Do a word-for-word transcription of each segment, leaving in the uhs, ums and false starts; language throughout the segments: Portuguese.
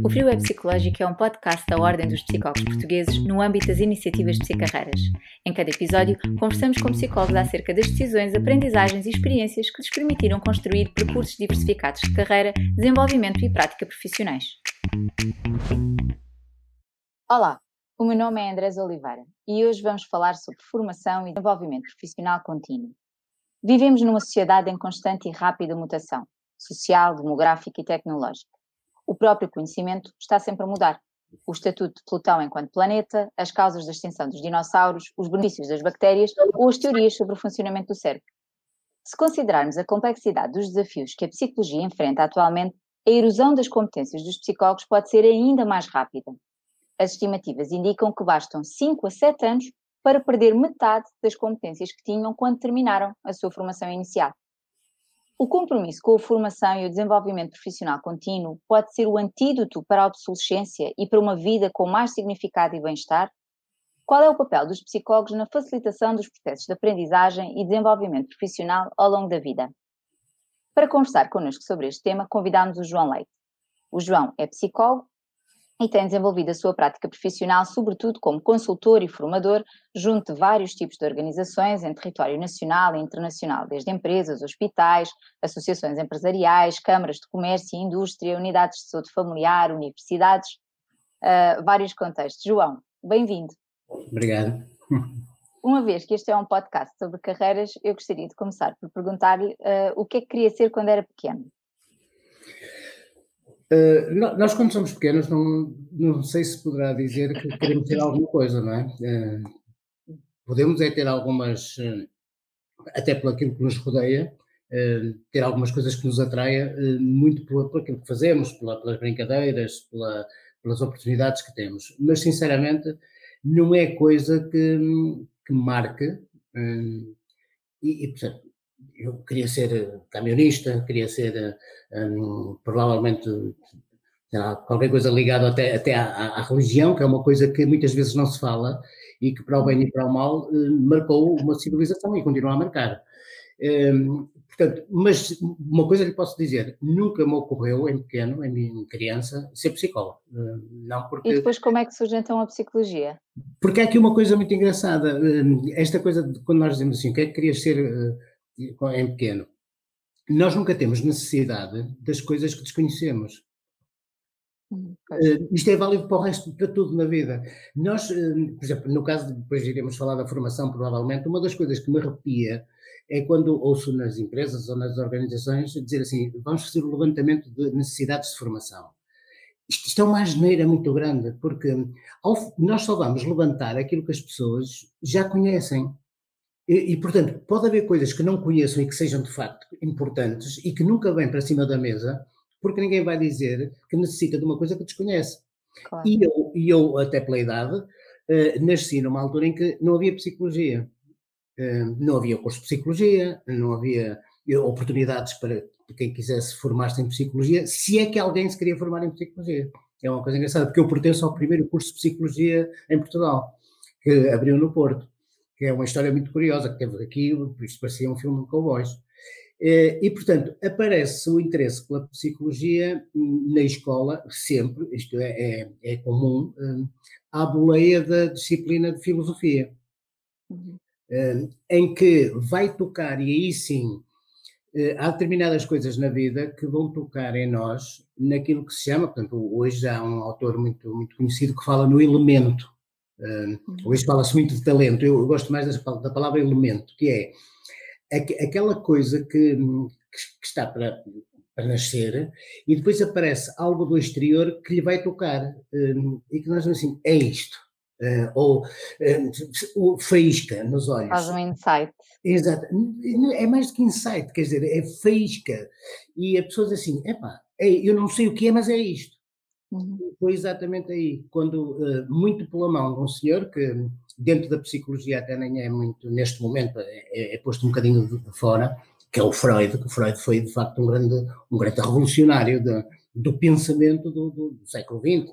O Frio é Psicológico é um podcast da Ordem dos Psicólogos Portugueses no âmbito das iniciativas de psicarreiras. Em cada episódio, conversamos com psicólogos acerca das decisões, aprendizagens e experiências que lhes permitiram construir percursos diversificados de carreira, desenvolvimento e prática profissionais. Olá, o meu nome é Andrés Oliveira e hoje vamos falar sobre formação e desenvolvimento profissional contínuo. Vivemos numa sociedade em constante e rápida mutação, social, demográfica e tecnológica. O próprio conhecimento está sempre a mudar. O estatuto de Plutão enquanto planeta, as causas da extinção dos dinossauros, os benefícios das bactérias ou as teorias sobre o funcionamento do cérebro. Se considerarmos a complexidade dos desafios que a psicologia enfrenta atualmente, a erosão das competências dos psicólogos pode ser ainda mais rápida. As estimativas indicam que bastam cinco a sete anos para perder metade das competências que tinham quando terminaram a sua formação inicial. O compromisso com a formação e o desenvolvimento profissional contínuo pode ser o antídoto para a obsolescência e para uma vida com mais significado e bem-estar? Qual é o papel dos psicólogos na facilitação dos processos de aprendizagem e desenvolvimento profissional ao longo da vida? Para conversar connosco sobre este tema, convidámos o João Leite. O João é psicólogo e tem desenvolvido a sua prática profissional, sobretudo como consultor e formador, junto de vários tipos de organizações em território nacional e internacional, desde empresas, hospitais, associações empresariais, câmaras de comércio e indústria, unidades de saúde familiar, universidades, uh, vários contextos. João, bem-vindo. Obrigado. Uma vez que este é um podcast sobre carreiras, eu gostaria de começar por perguntar-lhe uh, o que é que queria ser quando era pequeno. Uh, nós, quando somos pequenos, não, não sei se poderá dizer que queremos ter alguma coisa, não é? Uh, podemos é ter algumas, uh, até por aquilo que nos rodeia, uh, ter algumas coisas que nos atraia, uh, muito por, por aquilo que fazemos, pela, pelas brincadeiras, pela, pelas oportunidades que temos. Mas, sinceramente, não é coisa que, que marque. Uh, e, e, portanto, eu queria ser camionista, queria ser um, provavelmente lá, qualquer coisa ligada até, até à, à religião, que é uma coisa que muitas vezes não se fala e que para o bem e para o mal marcou uma civilização e continua a marcar. Um, portanto, mas uma coisa que posso dizer, nunca me ocorreu em pequeno, em criança, ser psicólogo. Não porque... E depois como é que surge então a psicologia? Porque há aqui uma coisa muito engraçada, esta coisa de quando nós dizemos assim, o que é que querias ser em pequeno? Nós nunca temos necessidade das coisas que desconhecemos. Uh, isto é válido para o resto, para tudo na vida. Nós, uh, por exemplo, no caso, de, depois iremos falar da formação provavelmente, uma das coisas que me arrepia é quando ouço nas empresas ou nas organizações dizer assim, vamos fazer o levantamento de necessidades de formação. Isto, isto é uma asneira muito grande, porque ao, nós só vamos levantar aquilo que as pessoas já conhecem. E, e, portanto, pode haver coisas que não conheçam e que sejam de facto importantes e que nunca vêm para cima da mesa, porque ninguém vai dizer que necessita de uma coisa que desconhece. Claro. E, eu, e eu, até pela idade, uh, nasci numa altura em que não havia psicologia. Uh, não havia curso de psicologia, não havia oportunidades para quem quisesse formar-se em psicologia, se é que alguém se queria formar em psicologia. É uma coisa engraçada, porque eu pertenço ao primeiro curso de psicologia em Portugal, que abriu no Porto, que é uma história muito curiosa, que teve aqui, isto parecia um filme de cowboys. E, portanto, aparece o interesse pela psicologia na escola, sempre, isto é, é, é comum, à boleia da disciplina de filosofia, uhum. Em que vai tocar, e aí sim, há determinadas coisas na vida que vão tocar em nós, naquilo que se chama, portanto, hoje há um autor muito, muito conhecido que fala no elemento. Uh, hoje fala-se muito de talento, eu, eu gosto mais da, da palavra elemento, que é aqu, aquela coisa que, que está para, para nascer e depois aparece algo do exterior que lhe vai tocar uh, e que nós dizemos assim, é isto, uh, ou uh, faísca nos olhos. Faz um insight. Exato, é mais do que insight, quer dizer, é faísca e a pessoa diz assim, epá, é, eu não sei o que é, mas é isto. Uhum. Foi exatamente aí, quando, uh, muito pela mão de um senhor que dentro da psicologia até nem é muito, neste momento, é, é posto um bocadinho de, de fora, que é o Freud, que o Freud foi de facto um grande, um grande revolucionário de, do pensamento do, do, do século vinte.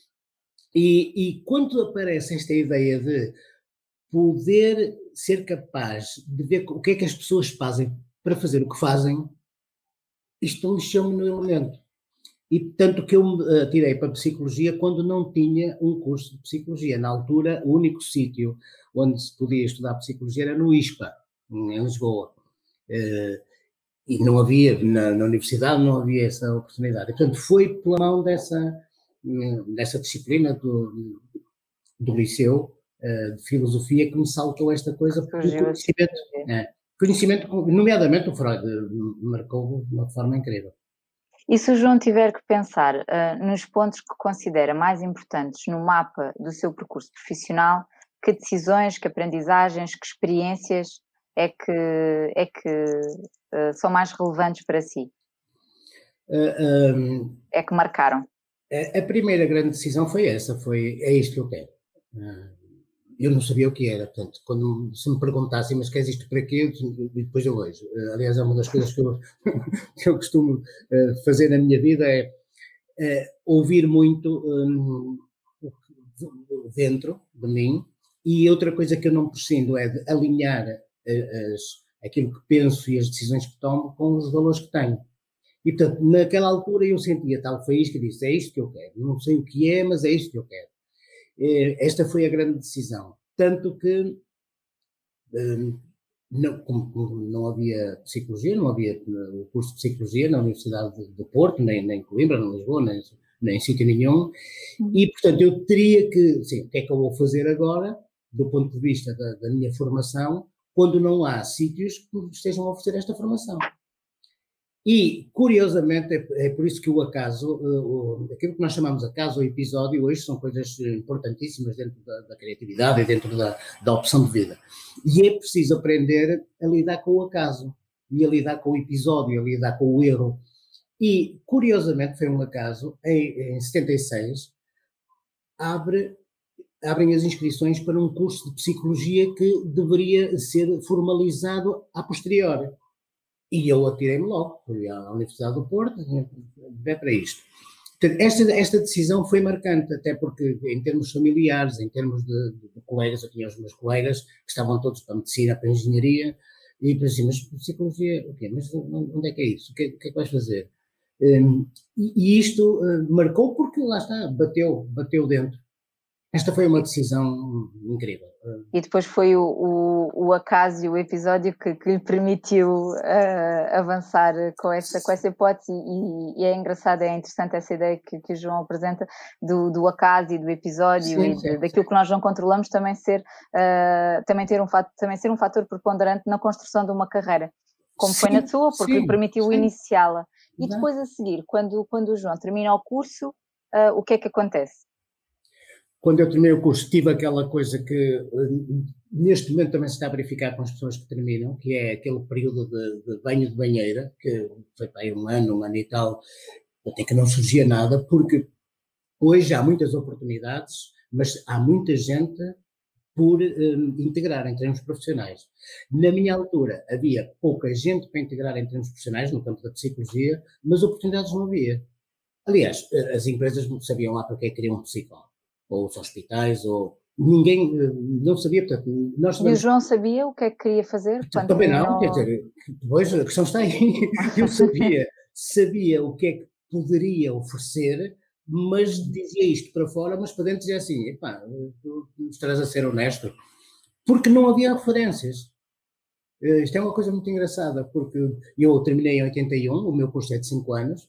E, e quando aparece esta ideia de poder ser capaz de ver o que é que as pessoas fazem para fazer o que fazem, isto lixou-me no elemento. E tanto que eu me atirei para a Psicologia quando não tinha um curso de Psicologia. Na altura, o único sítio onde se podia estudar Psicologia era no ISPA, em Lisboa. Uh, e não havia, na, na universidade não havia essa oportunidade. E, portanto, foi pela mão dessa, dessa disciplina do, do liceu, uh, de Filosofia, que me saltou esta coisa, porque o conhecimento, é, conhecimento, nomeadamente o Freud, marcou de uma forma incrível. E se o João tiver que pensar uh, nos pontos que considera mais importantes no mapa do seu percurso profissional, que decisões, que aprendizagens, que experiências é que, é que uh, são mais relevantes para si? Uh, um, é que marcaram? A, a primeira grande decisão foi essa, foi, é isto que eu quero. Uh, eu não sabia o que era, portanto, quando se me perguntassem, mas queres isto para quê? E depois eu vejo. Uh, aliás, é uma das coisas que eu, que eu costumo uh, fazer na minha vida, é uh, ouvir muito um, dentro de mim, e outra coisa que eu não prescindo é de alinhar as, aquilo que penso e as decisões que tomo com os valores que tenho. E, portanto, naquela altura eu sentia tal faísca e disse, é isto que eu quero. Não sei o que é, mas é isto que eu quero. Esta foi a grande decisão. Tanto que, não, como não havia Psicologia, não havia o curso de Psicologia na Universidade de Porto, nem, nem em Coimbra, nem em Lisboa, nem, nem em sítio nenhum, e, portanto, eu teria que, sim, o que é que eu vou fazer agora, do ponto de vista da, da minha formação, quando não há sítios que estejam a oferecer esta formação. E, curiosamente, é, é por isso que o acaso, uh, aquilo que nós chamamos acaso ou episódio, hoje são coisas importantíssimas dentro da, da criatividade e dentro da, da opção de vida. E é preciso aprender a lidar com o acaso, e a lidar com o episódio, a lidar com o erro. E, curiosamente, foi um acaso, em, em setenta e seis, abre, abrem as inscrições para um curso de Psicologia que deveria ser formalizado a posteriori. E eu atirei-me logo, fui à Universidade do Porto, é para isto. Portanto, esta, esta decisão foi marcante, até porque em termos familiares, em termos de, de, de colegas, eu tinha os meus colegas que estavam todos para medicina, para engenharia, e pensei assim, mas psicologia, o quê? Mas onde é que é isso? O que, o que é que vais fazer? Um, e, e isto uh, marcou porque, lá está, bateu, bateu dentro. Esta foi uma decisão incrível. E depois foi o, o, o acaso e o episódio que, que lhe permitiu uh, avançar com essa, com essa hipótese, e, e é engraçado, é interessante essa ideia que, que o João apresenta do, do acaso e do episódio, sim, e de, sim, daquilo sim. que nós não controlamos também ser, uh, também, ter um fator, também ser um fator preponderante na construção de uma carreira, como sim, foi na sua, porque sim, lhe permitiu iniciá-la. E depois a seguir, quando, quando o João termina o curso, uh, o que é que acontece? Quando eu terminei o curso, tive aquela coisa que neste momento também se está a verificar com as pessoas que terminam, que é aquele período de, de banho de banheira, que foi para aí um ano, um ano e tal, até que não surgia nada, porque hoje há muitas oportunidades, mas há muita gente por um, integrar em termos profissionais. Na minha altura havia pouca gente para integrar em termos profissionais, no campo da psicologia, mas oportunidades não havia. Aliás, as empresas sabiam lá para que queriam um psicólogo, ou os hospitais, ou ninguém, não sabia, portanto, nós sabemos... E o João sabia o que é que queria fazer? Quando também não, não, quer dizer, depois a questão está aí, eu sabia, sabia o que é que poderia oferecer, mas dizia isto para fora, mas para dentro dizia assim, epá, tu estarás a ser honesto, porque não havia referências. Isto é uma coisa muito engraçada, porque eu terminei em oitenta e um, o meu curso é de cinco anos,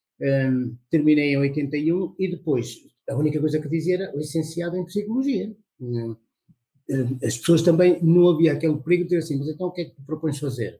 um, terminei em oitenta e um e depois a única coisa que dizia era licenciado em Psicologia. As pessoas também, não havia aquele perigo de dizer assim, mas então o que é que tu propões fazer?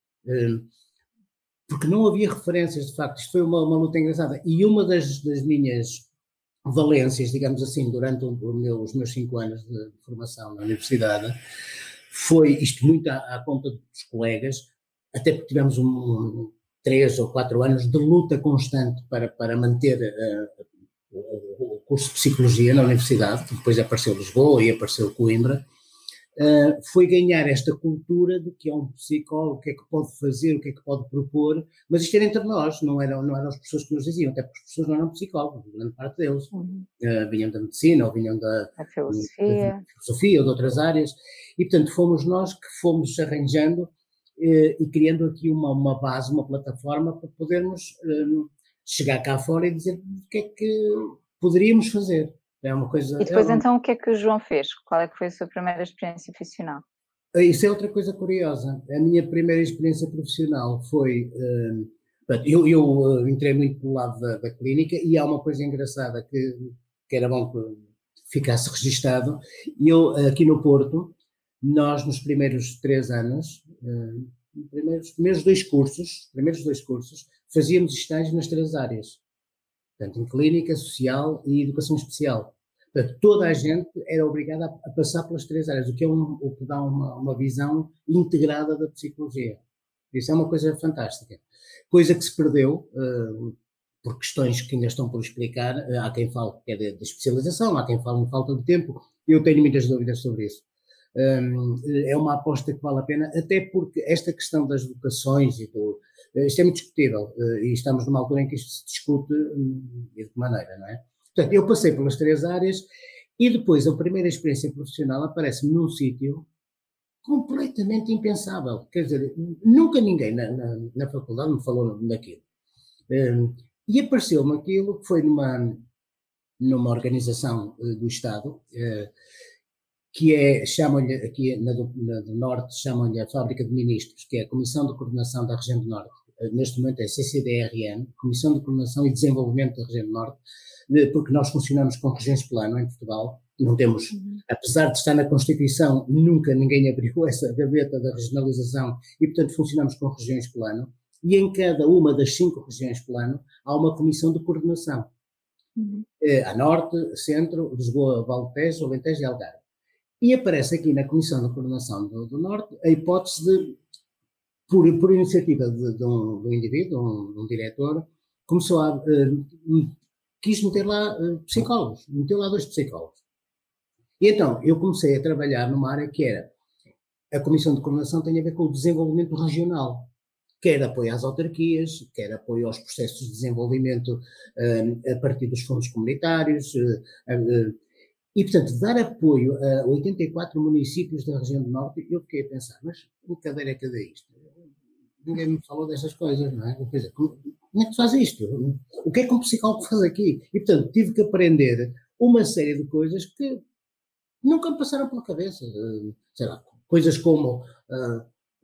Porque não havia referências, de facto, isto foi uma, uma luta engraçada. E uma das, das minhas valências, digamos assim, durante o, o meu, os meus cinco anos de formação na universidade, foi isto muito à, à conta dos colegas, até porque tivemos um, um, três ou quatro anos de luta constante para, para manter uh, o, o curso de Psicologia na universidade, que depois apareceu Lisboa e apareceu Coimbra, uh, foi ganhar esta cultura do que é um psicólogo, o que é que pode fazer, o que é que pode propor, mas isto era entre nós, não eram, não eram as pessoas que nos diziam, até porque as pessoas não eram psicólogos, grande parte deles, uhum. uh, vinham da medicina ou vinham da, a filosofia. da filosofia ou de outras áreas, e portanto fomos nós que fomos arranjando uh, e criando aqui uma, uma base, uma plataforma para podermos... Uh, chegar cá fora e dizer o que é que poderíamos fazer. É uma coisa... E depois é um, então o que é que o João fez? Qual é que foi a sua primeira experiência profissional? Isso é outra coisa curiosa. A minha primeira experiência profissional foi... Uh, eu, eu uh, entrei muito pelo lado da, da clínica, e há uma coisa engraçada que, que era bom que ficasse registado. Eu, aqui no Porto, nós nos primeiros três anos, uh, primeiros, primeiros dois cursos, primeiros dois cursos, fazíamos estágios nas três áreas. Portanto, em clínica, social e educação especial. Portanto, toda a gente era obrigada a, a passar pelas três áreas, o que, é um, o que dá uma, uma visão integrada da psicologia. Isso é uma coisa fantástica. Coisa que se perdeu, uh, por questões que ainda estão por explicar. Uh, há quem fale que é de, de especialização, há quem fale em falta de tempo. Eu tenho muitas dúvidas sobre isso. Um, é uma aposta que vale a pena, até porque esta questão das vocações e do, uh, isto é muito discutível, uh, e estamos numa altura em que isto se discute um, e de que maneira, não é? Portanto, eu passei pelas três áreas, e depois a primeira experiência profissional aparece-me num sítio completamente impensável. Quer dizer, nunca ninguém na, na, na faculdade me falou naquilo. Um, e apareceu-me aquilo que foi numa, numa organização uh, do Estado, uh, que é, chamam-lhe, aqui na do, na do Norte, chamam-lhe a Fábrica de Ministros, que é a Comissão de Coordenação da Região do Norte. Neste momento é C C D R N, Comissão de Coordenação e Desenvolvimento da Região do Norte, porque nós funcionamos com regiões plano em Portugal. Não temos, uhum. apesar de estar na Constituição, nunca ninguém abriu essa gaveta da regionalização, e portanto funcionamos com regiões plano, e em cada uma das cinco regiões plano há uma comissão de coordenação. Uhum. É, a Norte, Centro, Lisboa, Vale Tejo, Alentejo e Algarve. E aparece aqui na Comissão de Coordenação do, do Norte a hipótese de, por, por iniciativa de, de, um, de um indivíduo, um, um diretor, começou a, uh, quis meter lá uh, psicólogos, meteu lá dois psicólogos. E então, eu comecei a trabalhar numa área que era, a Comissão de Coordenação tem a ver com o desenvolvimento regional, quer apoio às autarquias, quer apoio aos processos de desenvolvimento uh, a partir dos fundos comunitários, uh, uh, e, portanto, dar apoio a oitenta e quatro municípios da região do Norte. Eu fiquei a pensar, mas que cadeira é que é isto? Ninguém me falou destas coisas, não é? Quer dizer, como, como é que se faz isto? O que é que um psicólogo faz aqui? E, portanto, tive que aprender uma série de coisas que nunca me passaram pela cabeça. Sei lá, coisas como uh,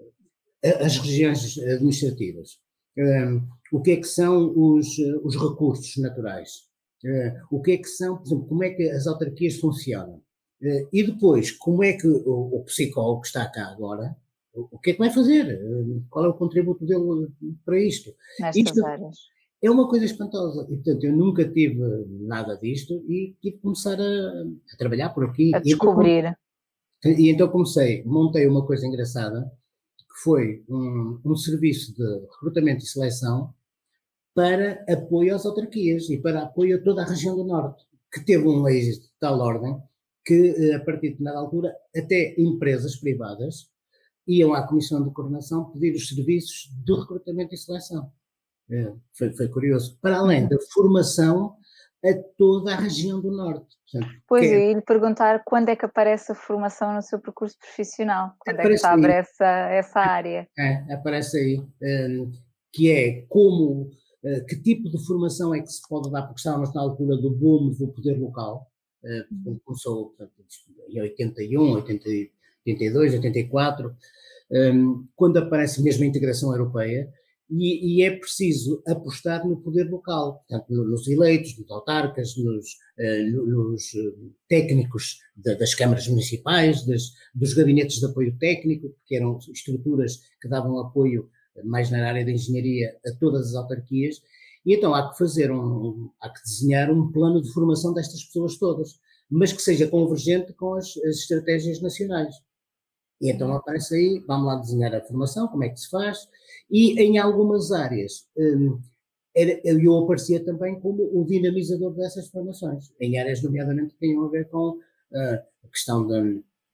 as regiões administrativas. Um, o que é que são os, os recursos naturais? Uh, o que é que são, por exemplo, como é que as autarquias funcionam? Uh, e depois, como é que o, o psicólogo que está cá agora, o, o que é que vai fazer? Uh, qual é o contributo dele para isto? Nestas Isto áreas. É uma coisa espantosa. E, portanto, eu nunca tive nada disto e tive que começar a, a trabalhar por aqui. A descobrir. E então, e então comecei, montei uma coisa engraçada, que foi um, um serviço de recrutamento e seleção para apoio às autarquias e para apoio a toda a região do Norte, que teve um êxito de tal ordem que, a partir de determinada altura, até empresas privadas iam à Comissão de Coordenação pedir os serviços de recrutamento e seleção. É, foi, foi curioso. Para além da formação a toda a região do Norte. Portanto, pois, é, eu ia lhe perguntar quando é que aparece a formação no seu percurso profissional? Quando é que se aí, abre essa, essa área? É, aparece aí, um, que é como, uh, que tipo de formação é que se pode dar, porque estávamos na altura do boom do poder local, uh, quando começou portanto, em oitenta e um, oitenta, oitenta e dois, oitenta e quatro, um, quando aparece mesmo a integração europeia. E, e é preciso apostar no poder local, portanto, nos eleitos, nos autarcas, nos, uh, nos uh, técnicos de, das câmaras municipais, das, dos gabinetes de apoio técnico, que eram estruturas que davam apoio mais na área da engenharia a todas as autarquias, e então há que fazer um, há que desenhar um plano de formação destas pessoas todas, mas que seja convergente com as, as estratégias nacionais. E então aparece aí, vamos lá desenhar a formação, como é que se faz, e em algumas áreas um, era, eu aparecia também como o dinamizador dessas formações, em áreas nomeadamente que tenham a ver com uh, a questão da,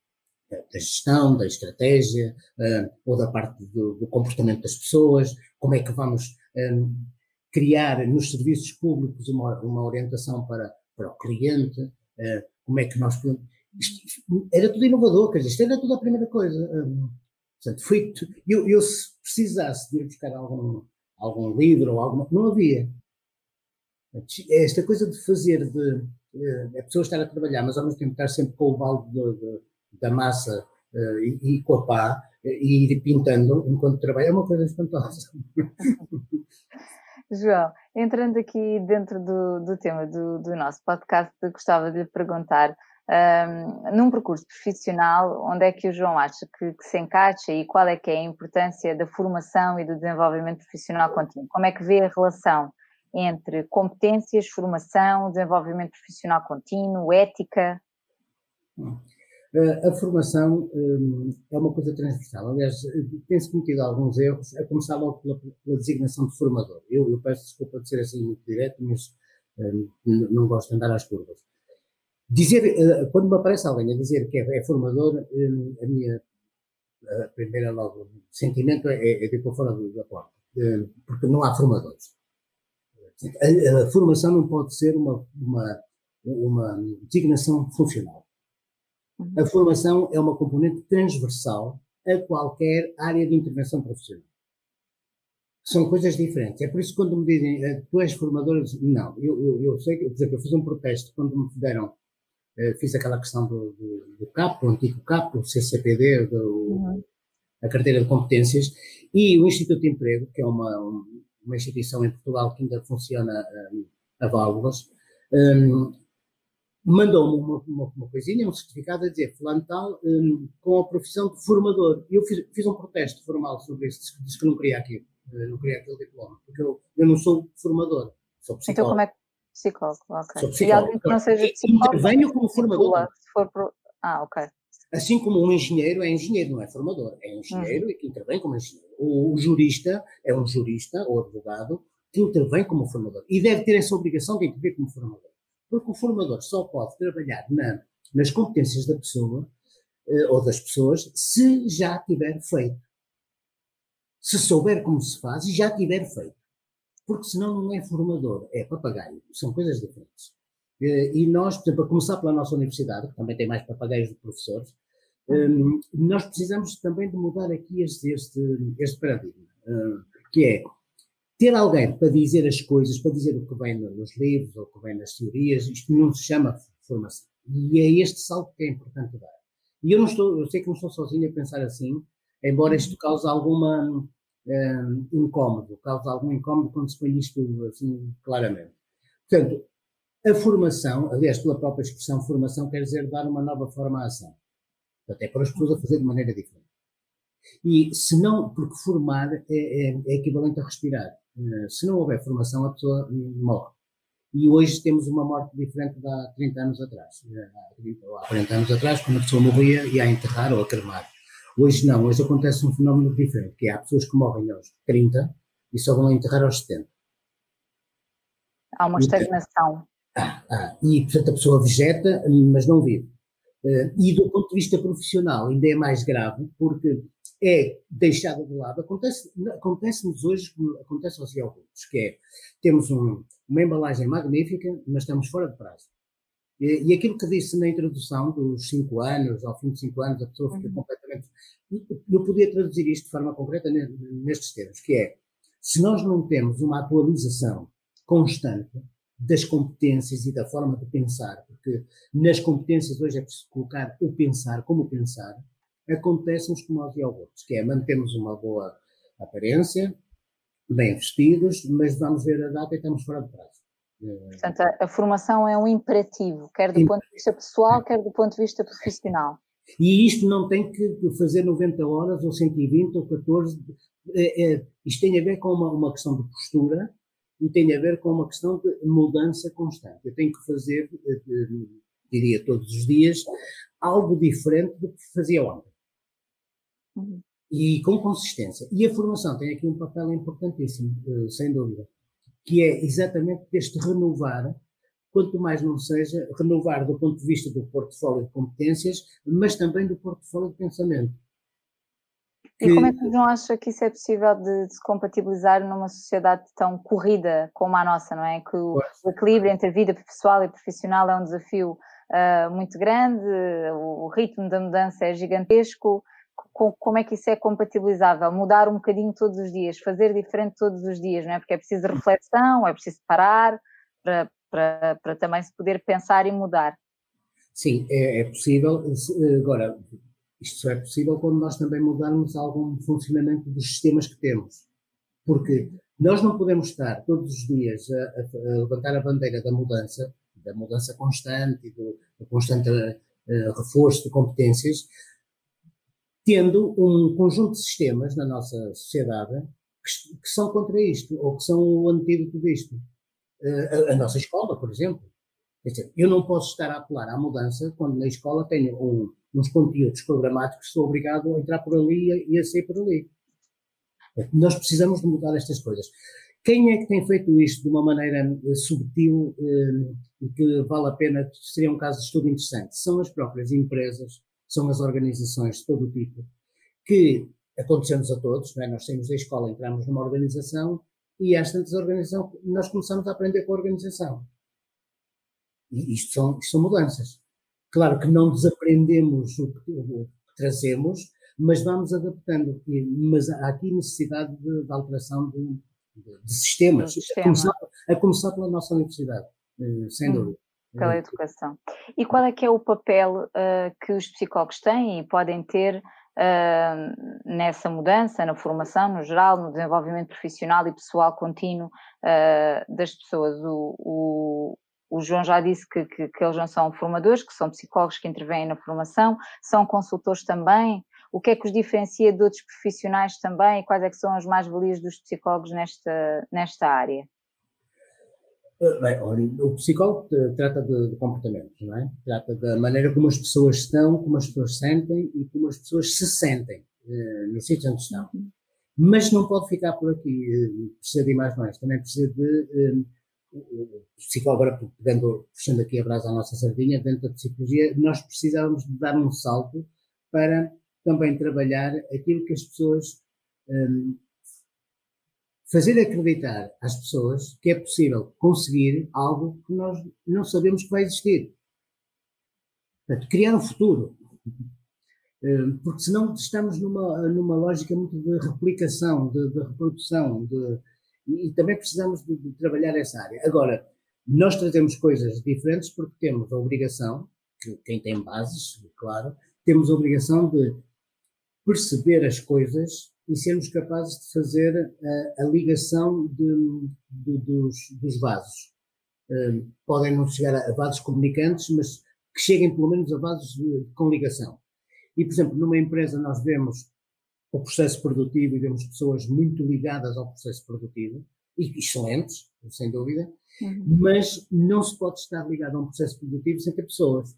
da gestão, da estratégia, uh, ou da parte do, do comportamento das pessoas, como é que vamos um, criar nos serviços públicos uma, uma orientação para, para o cliente, uh, como é que nós podemos... Isto era tudo inovador, quer dizer, isto era tudo a primeira coisa. Um, portanto, foi, eu, eu se precisasse de ir buscar algum, algum livro ou alguma, não havia. Esta coisa de fazer, de uh, a pessoa estar a trabalhar, mas ao mesmo tempo estar sempre com o balde de, de, da massa uh, e, e com a pá, e ir pintando enquanto trabalha, é uma coisa espantosa. João, entrando aqui dentro do, do tema do, do nosso podcast, gostava de lhe perguntar, um, num percurso profissional, onde é que o João acha que, que se encaixa e qual é que é a importância da formação e do desenvolvimento profissional contínuo? Como é que vê a relação entre competências, formação, desenvolvimento profissional contínuo, ética? A formação um, é uma coisa transversal. Aliás, tem-se cometido alguns erros, a começar logo pela, pela designação de formador. Eu, eu peço desculpa de ser assim muito direto, mas um, não gosto de andar às curvas. Dizer, uh, quando me aparece alguém a dizer que é, é formador, um, a minha a primeira logo sentimento é, é de pôr fora da porta, uh, porque não há formadores. A, a formação não pode ser uma, uma, uma designação funcional. A formação é uma componente transversal a qualquer área de intervenção profissional. São coisas diferentes. É por isso que quando me dizem, tu és formador, não. Eu, eu, eu sei que, por exemplo, eu fiz um protesto quando me deram, fiz aquela questão do, do, do C A P, o antigo C A P, o C C P D, do, uhum. a carteira de competências, e o Instituto de Emprego, que é uma, uma instituição em Portugal que ainda funciona a, a válvulas, um, mandou-me uma, uma, uma coisinha, um certificado a dizer fulano tal, um, com a profissão de formador. E eu fiz, fiz um protesto formal sobre isso, disse, disse que não queria aquilo, não queria aquele diploma, porque eu, eu não sou formador, sou psicólogo. Então como é que... Psicólogo, ok. Sou psicólogo. E alguém que não seja psicólogo... Intervenho como formador. Se for pro... Ah, ok. Assim como um engenheiro é engenheiro, não é formador, é engenheiro uhum. e que intervém como engenheiro. O, o jurista é um jurista ou advogado que intervém como formador e deve ter essa obrigação de intervir como formador. Porque o formador só pode trabalhar na, nas competências da pessoa eh, ou das pessoas se já tiver feito. Se souber como se faz e já tiver feito. Porque senão não é formador, é papagaio. São coisas diferentes. Eh, e nós, por exemplo, a começar pela nossa universidade, que também tem mais papagaios do que professores, um, nós precisamos também de mudar aqui este, este, este paradigma, uh, que é ter alguém para dizer as coisas, para dizer o que vem nos livros, ou o que vem nas teorias. Isto não se chama formação. E é este salto que é importante dar. E eu não estou, eu sei que não estou sozinho a pensar assim, embora isto cause alguma um, incómodo, cause algum incómodo quando se põe isto assim claramente. Portanto, a formação, aliás, pela própria expressão formação, quer dizer dar uma nova forma à ação. Até para as pessoas a fazer de maneira diferente. E se não, porque formar é, é, é equivalente a respirar. Uh, se não houver formação, a pessoa morre. E hoje temos uma morte diferente de há trinta anos atrás. Há trinta ou há quarenta anos atrás, quando a pessoa morria, ia a enterrar ou a cremar. Hoje não, hoje acontece um fenómeno diferente, que é há pessoas que morrem aos trinta e só vão a enterrar aos setenta. Há uma estagnação. Ah, ah, e, portanto, a pessoa vegeta, mas não vive. Uh, e do ponto de vista profissional ainda é mais grave, porque é deixada de lado. Acontece, acontece-nos hoje como acontece aos iogurtes, que é, temos um, uma embalagem magnífica, mas estamos fora de prazo. E, e aquilo que disse na introdução dos cinco anos, ao fim de cinco anos, a pessoa fica uhum. completamente... Eu podia traduzir isto de forma concreta nestes termos, que é, se nós não temos uma atualização constante das competências e da forma de pensar, porque nas competências hoje é preciso colocar o pensar como pensar, acontece-nos como aos iogurtes, que é mantermos uma boa aparência, bem vestidos, mas vamos ver a data e estamos fora de prazo. Portanto, a, a formação é um imperativo, quer do Imper... ponto de vista pessoal, quer do ponto de vista profissional. E isto não tem que fazer noventa horas, ou cento e vinte, ou catorze, é, é, isto tem a ver com uma, uma questão de postura, e tem a ver com uma questão de mudança constante. Eu tenho que fazer, diria todos os dias, algo diferente do que fazia ontem. Uhum. E com consistência. E a formação tem aqui um papel importantíssimo, sem dúvida, que é exatamente este renovar, quanto mais não seja, renovar do ponto de vista do portfólio de competências, mas também do portfólio de pensamento. E que... como é que não acha que isso é possível de, de se compatibilizar numa sociedade tão corrida como a nossa, não é? Que o, o equilíbrio entre a vida pessoal e profissional é um desafio uh, muito grande, o, o ritmo da mudança é gigantesco. Com, como é que isso é compatibilizável? Mudar um bocadinho todos os dias, fazer diferente todos os dias, não é? Porque é preciso reflexão, é preciso parar. para, para, para também se poder pensar e mudar. Sim, é, é possível. Agora, isto só é possível quando nós também mudarmos algum funcionamento dos sistemas que temos. Porque nós não podemos estar todos os dias a, a, a levantar a bandeira da mudança, da mudança constante e do, do constante uh, reforço de competências, tendo um conjunto de sistemas na nossa sociedade que, que são contra isto, ou que são o antídoto disto. Uh, a, a nossa escola, por exemplo. Quer dizer, eu não posso estar a apelar à mudança quando na escola tenho um, uns conteúdos programáticos que sou obrigado a entrar por ali e a sair por ali. Nós precisamos de mudar estas coisas. Quem é que tem feito isto de uma maneira subtil e que vale a pena, seria um caso de estudo interessante? São as próprias empresas, são as organizações de todo o tipo, que aconteceu-nos a todos, não é? Nós saímos da escola, entramos numa organização e às tantas organização nós começamos a aprender com a organização. E isto são, isto são mudanças. Claro que não desaprendemos o que, o que trazemos, mas vamos adaptando. Mas há aqui necessidade de, de alteração de, de, de sistemas, sistema. a, começar, a começar pela nossa universidade, sem hum, dúvida. Pela educação. E qual é que é o papel uh, que os psicólogos têm e podem ter uh, nessa mudança, na formação, no geral, no desenvolvimento profissional e pessoal contínuo uh, das pessoas? O, o, o João já disse que, que, que eles não são formadores, que são psicólogos que intervêm na formação, são consultores também. O que é que os diferencia de outros profissionais também e quais é que são as mais-valias dos psicólogos nesta, nesta área? Bem, o psicólogo trata de, de comportamentos, não é? Trata da maneira como as pessoas estão, como as pessoas sentem e como as pessoas se sentem uh, no sítio onde estão. Mas não pode ficar por aqui, uh, precisa de ir mais longe, também precisa de... Uh, o psicólogo, agora pegando, puxando aqui a brasa à nossa sardinha, dentro da psicologia, nós precisávamos de dar um salto para também trabalhar aquilo que as pessoas, um, fazer acreditar às pessoas que é possível conseguir algo que nós não sabemos que vai existir. Portanto, criar um futuro. Um, porque senão estamos numa, numa lógica muito de replicação, de, de reprodução, de, e, e também precisamos de, de trabalhar essa área. Agora, nós trazemos coisas diferentes porque temos a obrigação, que quem tem bases, claro, temos a obrigação de perceber as coisas e sermos capazes de fazer a, a ligação de, de, dos, dos vasos. Uh, podem não chegar a, a vasos comunicantes, mas que cheguem pelo menos a vasos de, com ligação. E, por exemplo, numa empresa nós vemos o processo produtivo e vemos pessoas muito ligadas ao processo produtivo, e excelentes, sem dúvida, uhum. Mas não se pode estar ligado a um processo produtivo sem ter pessoas.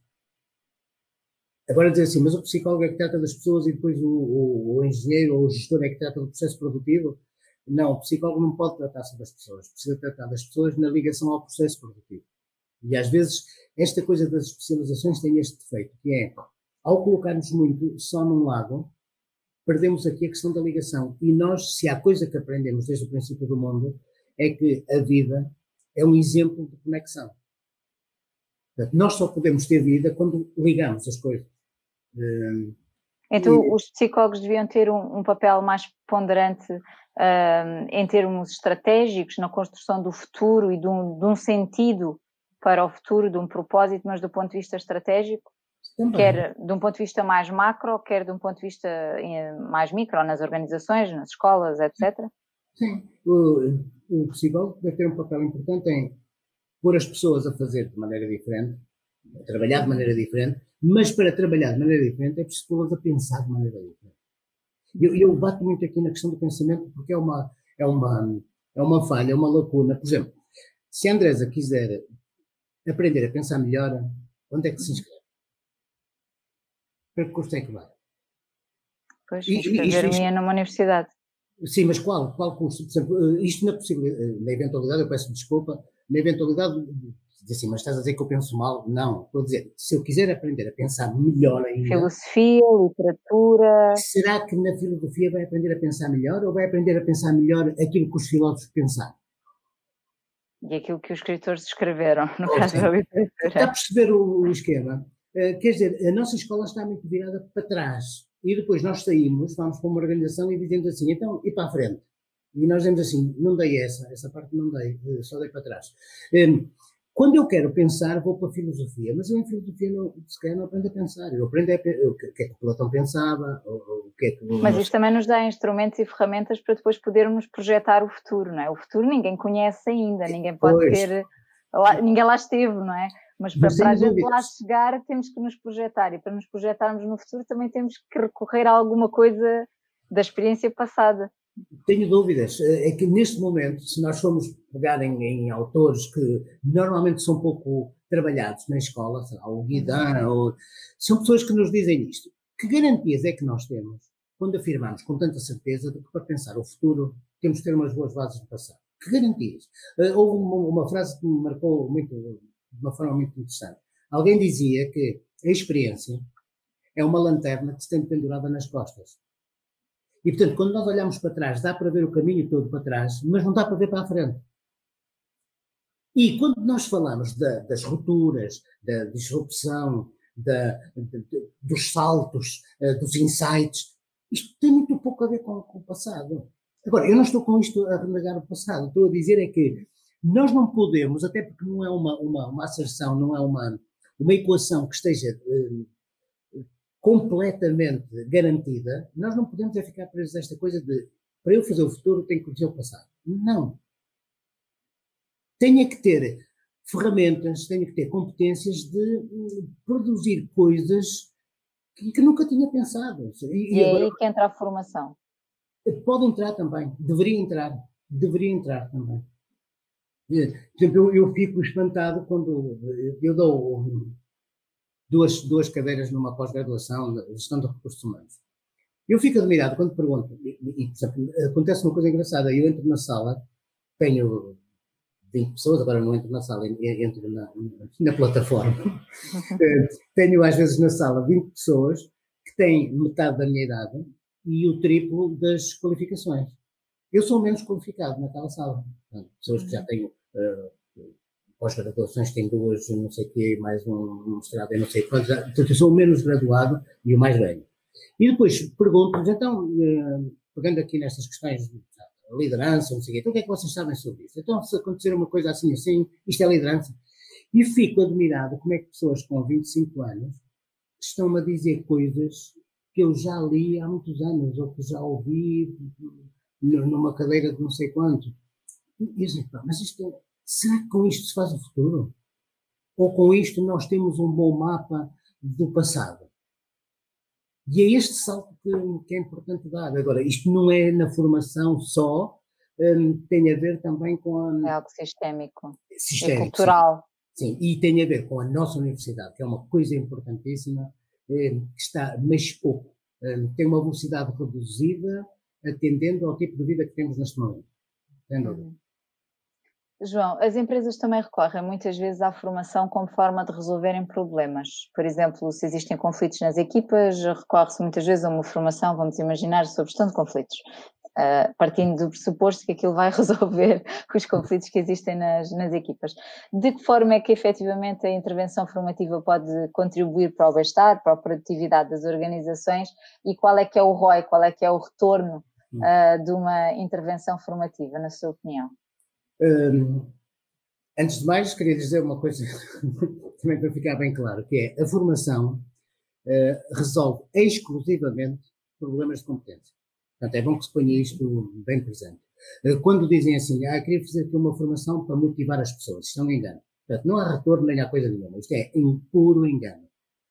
Agora dizer assim, mas o psicólogo é que trata das pessoas e depois o, o, o engenheiro ou o gestor é que trata do processo produtivo? Não, o psicólogo não pode tratar-se das pessoas, precisa tratar das pessoas na ligação ao processo produtivo. E às vezes esta coisa das especializações tem este defeito, que é, ao colocarmos muito só num lado, perdemos aqui a questão da ligação. E nós, se há coisa que aprendemos desde o princípio do mundo, é que a vida é um exemplo de conexão. Portanto, nós só podemos ter vida quando ligamos as coisas. Então, e... os psicólogos deviam ter um, um papel mais ponderante um, em termos estratégicos na construção do futuro e de um, de um sentido para o futuro, de um propósito, mas do ponto de vista estratégico? Também. Quer de um ponto de vista mais macro, quer de um ponto de vista mais micro, nas organizações, nas escolas, etcétera? Sim, o, o psicólogo deve ter um papel importante em pôr as pessoas a fazer de maneira diferente, a trabalhar de maneira diferente, mas para trabalhar de maneira diferente é preciso pô-las a pensar de maneira diferente. Eu, eu bato muito aqui na questão do pensamento porque é uma, é uma, é uma falha, é uma lacuna. Por exemplo, se a Andresa quiser aprender a pensar melhor, onde é que se inscreve? Para que curso é que vai? Pois, inscrever-me numa universidade. Sim, mas qual? Qual curso? Por exemplo, isto na possibilidade, na eventualidade, eu peço desculpa, na eventualidade, diz assim, mas estás a dizer que eu penso mal? Não, estou a dizer, se eu quiser aprender a pensar melhor ainda... Filosofia, literatura... Será que na filosofia vai aprender a pensar melhor ou vai aprender a pensar melhor aquilo que os filósofos pensaram? E aquilo que os escritores escreveram, no é, caso sim. da literatura. Está a perceber o, o esquema? Uh, quer dizer, a nossa escola está muito virada para trás. E depois nós saímos, vamos para uma organização e dizemos assim, então, e para a frente? E nós dizemos assim, não dei essa, essa parte não dei, só dei para trás. Um, quando eu quero pensar, vou para a filosofia, mas eu em filosofia não, se calhar não aprendo a pensar. Eu aprendo a, o que é que Platão pensava, o, o que é que... Mas isto também nos dá instrumentos e ferramentas para depois podermos projetar o futuro, não é? O futuro ninguém conhece ainda, ninguém pode pois. ter... Lá, ninguém lá esteve, não é? Mas para, para a gente lá chegar temos que nos projetar, e para nos projetarmos no futuro também temos que recorrer a alguma coisa da experiência passada. Tenho dúvidas. É que neste momento, se nós formos pegar em, em autores que normalmente são pouco trabalhados na escola, o Guidan, ou, são pessoas que nos dizem isto. Que garantias é que nós temos quando afirmamos com tanta certeza de que para pensar o futuro temos que ter umas boas bases do passado? Que garantias? Uh, houve uma, uma frase que me marcou muito, de uma forma muito interessante. Alguém dizia que a experiência é uma lanterna que se tem pendurada nas costas. E, portanto, quando nós olhamos para trás, dá para ver o caminho todo para trás, mas não dá para ver para a frente. E quando nós falamos da, das rupturas, da disrupção, da, de, de, dos saltos, uh, dos insights, isto tem muito pouco a ver com, com o passado. Agora, eu não estou com isto a renegar o passado. Estou a dizer é que nós não podemos, até porque não é uma, uma, uma asserção, não é uma, uma equação que esteja... Uh, completamente garantida, nós não podemos é ficar presos a esta coisa de, para eu fazer o futuro, tenho que conhecer o passado. Não. Tenho que ter ferramentas, tenho que ter competências de produzir coisas que, que nunca tinha pensado. E, e é agora, aí que entra a formação. Pode entrar também, deveria entrar, deveria entrar também. Por exemplo, eu, eu fico espantado quando eu dou... Duas, duas cadeiras numa pós-graduação de gestão de recursos humanos. Eu fico admirado quando pergunto, e, e por exemplo, acontece uma coisa engraçada, eu entro na sala, tenho vinte pessoas, agora não entro na sala, entro na, na plataforma, tenho às vezes na sala vinte pessoas que têm metade da minha idade e o triplo das qualificações. Eu sou menos qualificado naquela sala, portanto, pessoas que já têm... Uh, pós-graduações tem duas, não sei o quê, mais um mestrado, eu não sei quantos, portanto eu sou o menos graduado e o mais velho. E depois pergunto-lhes, então, eh, pegando aqui nestas questões de liderança, não sei o quê, então o que é que vocês sabem sobre isso? Então, se acontecer uma coisa assim, assim, isto é liderança. E fico admirado como é que pessoas com vinte e cinco anos estão-me a dizer coisas que eu já li há muitos anos, ou que já ouvi numa cadeira de não sei quanto. E eu digo, mas isto é... Será que com isto se faz o futuro? Ou com isto nós temos um bom mapa do passado? E é este salto que, que é importante dar. Agora, isto não é na formação só, um, tem a ver também com a... É algo sistémico, sistémico é cultural. Sim. Sim, e tem a ver com a nossa universidade, que é uma coisa importantíssima, um, que está, mas pouco. Um, tem uma velocidade reduzida, atendendo ao tipo de vida que temos neste momento. Entendeu? João, as empresas também recorrem muitas vezes à formação como forma de resolverem problemas. Por exemplo, se existem conflitos nas equipas, recorre-se muitas vezes a uma formação, vamos imaginar, sobre gestão de conflitos, uh, partindo do pressuposto que aquilo vai resolver os conflitos que existem nas, nas equipas. De que forma é que efetivamente a intervenção formativa pode contribuir para o bem-estar, para a produtividade das organizações, e qual é que é o R O I, qual é que é o retorno uh, de uma intervenção formativa, na sua opinião? Um, antes de mais, queria dizer uma coisa também para ficar bem claro, que é a formação uh, resolve exclusivamente problemas de competência. Portanto, é bom que se ponha isto bem presente. Uh, quando dizem assim, ah, queria fazer aqui uma formação para motivar as pessoas, isto é um engano. Portanto, não há retorno nem há coisa nenhuma. Isto é um puro engano.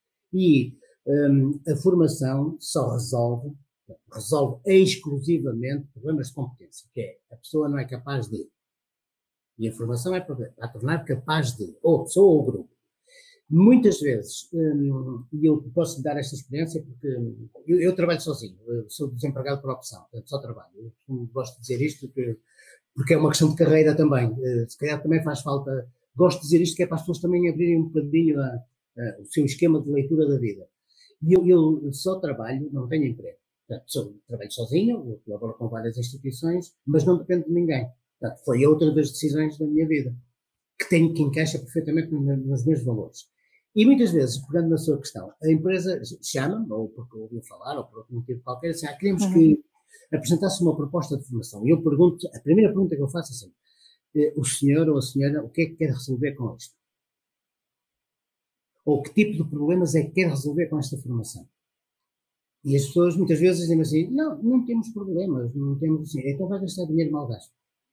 E um, a formação só resolve, resolve exclusivamente problemas de competência, que é a pessoa não é capaz de. E a formação é para, para tornar capaz de, ou a pessoa ou o grupo. Muitas vezes, hum, e eu posso dar esta experiência porque eu, eu trabalho sozinho, eu sou desempregado por opção, portanto só trabalho. Eu gosto de dizer isto porque, porque é uma questão de carreira também. Uh, se calhar também faz falta, gosto de dizer isto que é para as pessoas também abrirem um bocadinho a, a, o seu esquema de leitura da vida. E eu, eu só trabalho, não tenho emprego. Portanto, sou, trabalho sozinho, eu colaboro com várias instituições, mas não dependo de ninguém. Portanto, foi outra das decisões da minha vida, que tem, que encaixa perfeitamente nos meus valores. E muitas vezes, pegando na sua questão, a empresa chama-me, ou porque ouviu falar, ou por outro motivo qualquer, assim, ah, queremos uhum. que apresentasse uma proposta de formação. E eu pergunto, a primeira pergunta que eu faço é assim, o senhor ou a senhora, o que é que quer resolver com isto? Ou que tipo de problemas é que quer resolver com esta formação? E as pessoas muitas vezes dizem assim, não, não temos problemas, não temos assim, então vai gastar dinheiro mal gasto.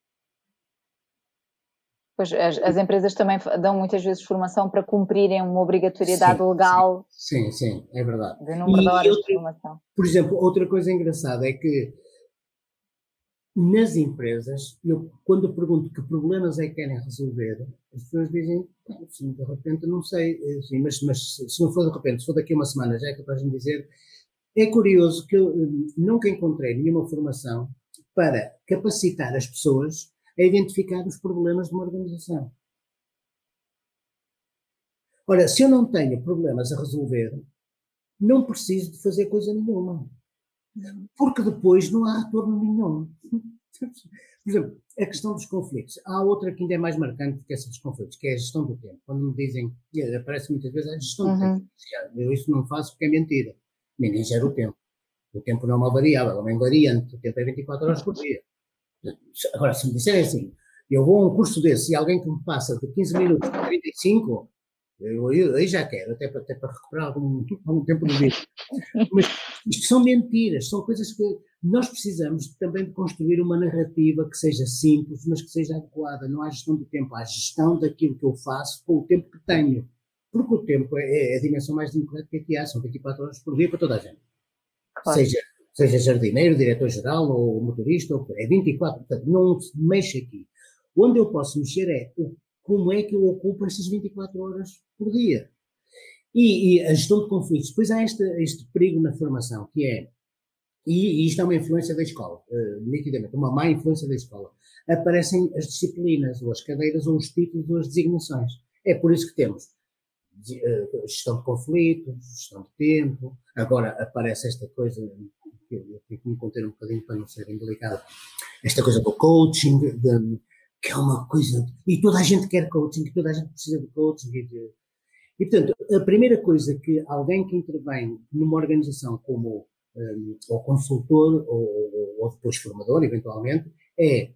Pois, as, as empresas também dão muitas vezes formação para cumprirem uma obrigatoriedade sim, legal. Sim, sim, é verdade. De número e, de horas outra, de formação. Por exemplo, outra coisa engraçada é que nas empresas, eu, quando pergunto que problemas é que querem resolver, as pessoas dizem, assim, de repente, não sei, assim, mas, mas se não for de repente, se for daqui a uma semana, já é capaz de me dizer. É curioso que eu nunca encontrei nenhuma formação para capacitar as pessoas a identificar os problemas de uma organização. Ora, se eu não tenho problemas a resolver, não preciso de fazer coisa nenhuma. Porque depois não há retorno nenhum. Por exemplo, a questão dos conflitos. Há outra que ainda é mais marcante que essa dos conflitos, que é a gestão do tempo. Quando me dizem, aparece muitas vezes a gestão do Uhum. tempo. Eu isso não faço porque é mentira. Ninguém gera o tempo. O tempo não é uma variável, é uma invariante. O tempo é vinte e quatro horas por dia. Agora, se me disserem assim, eu vou a um curso desse e alguém que me passa de quinze minutos para trinta e cinco, eu, eu, aí já quero, até para, até para recuperar algum, algum tempo de vida. Mas isto são mentiras, são coisas que nós precisamos também de construir uma narrativa que seja simples, mas que seja adequada. Não há gestão do tempo, há gestão daquilo que eu faço com o tempo que tenho. Porque o tempo é, é a dimensão mais democrática que há, são vinte e quatro horas por dia para toda a gente. Claro. Seja, seja jardineiro, diretor-geral ou motorista, ou, é vinte e quatro, portanto, não se mexe aqui. Onde eu posso mexer é o, como é que eu ocupo essas vinte e quatro horas por dia. E, e a gestão de conflitos. Depois há este, este perigo na formação, que é, e, e isto é uma influência da escola, uh, nitidamente, uma má influência da escola. Aparecem as disciplinas, ou as cadeiras, ou os títulos, ou as designações. É por isso que temos uh, gestão de conflitos, gestão de tempo. Agora aparece esta coisa, que eu, eu tenho que me conter um bocadinho para não ser indelicado, esta coisa do coaching, de, que é uma coisa, e toda a gente quer coaching, toda a gente precisa de coaching, e de, E, portanto, a primeira coisa que alguém que intervém numa organização como um, ou consultor ou, ou depois formador, eventualmente, é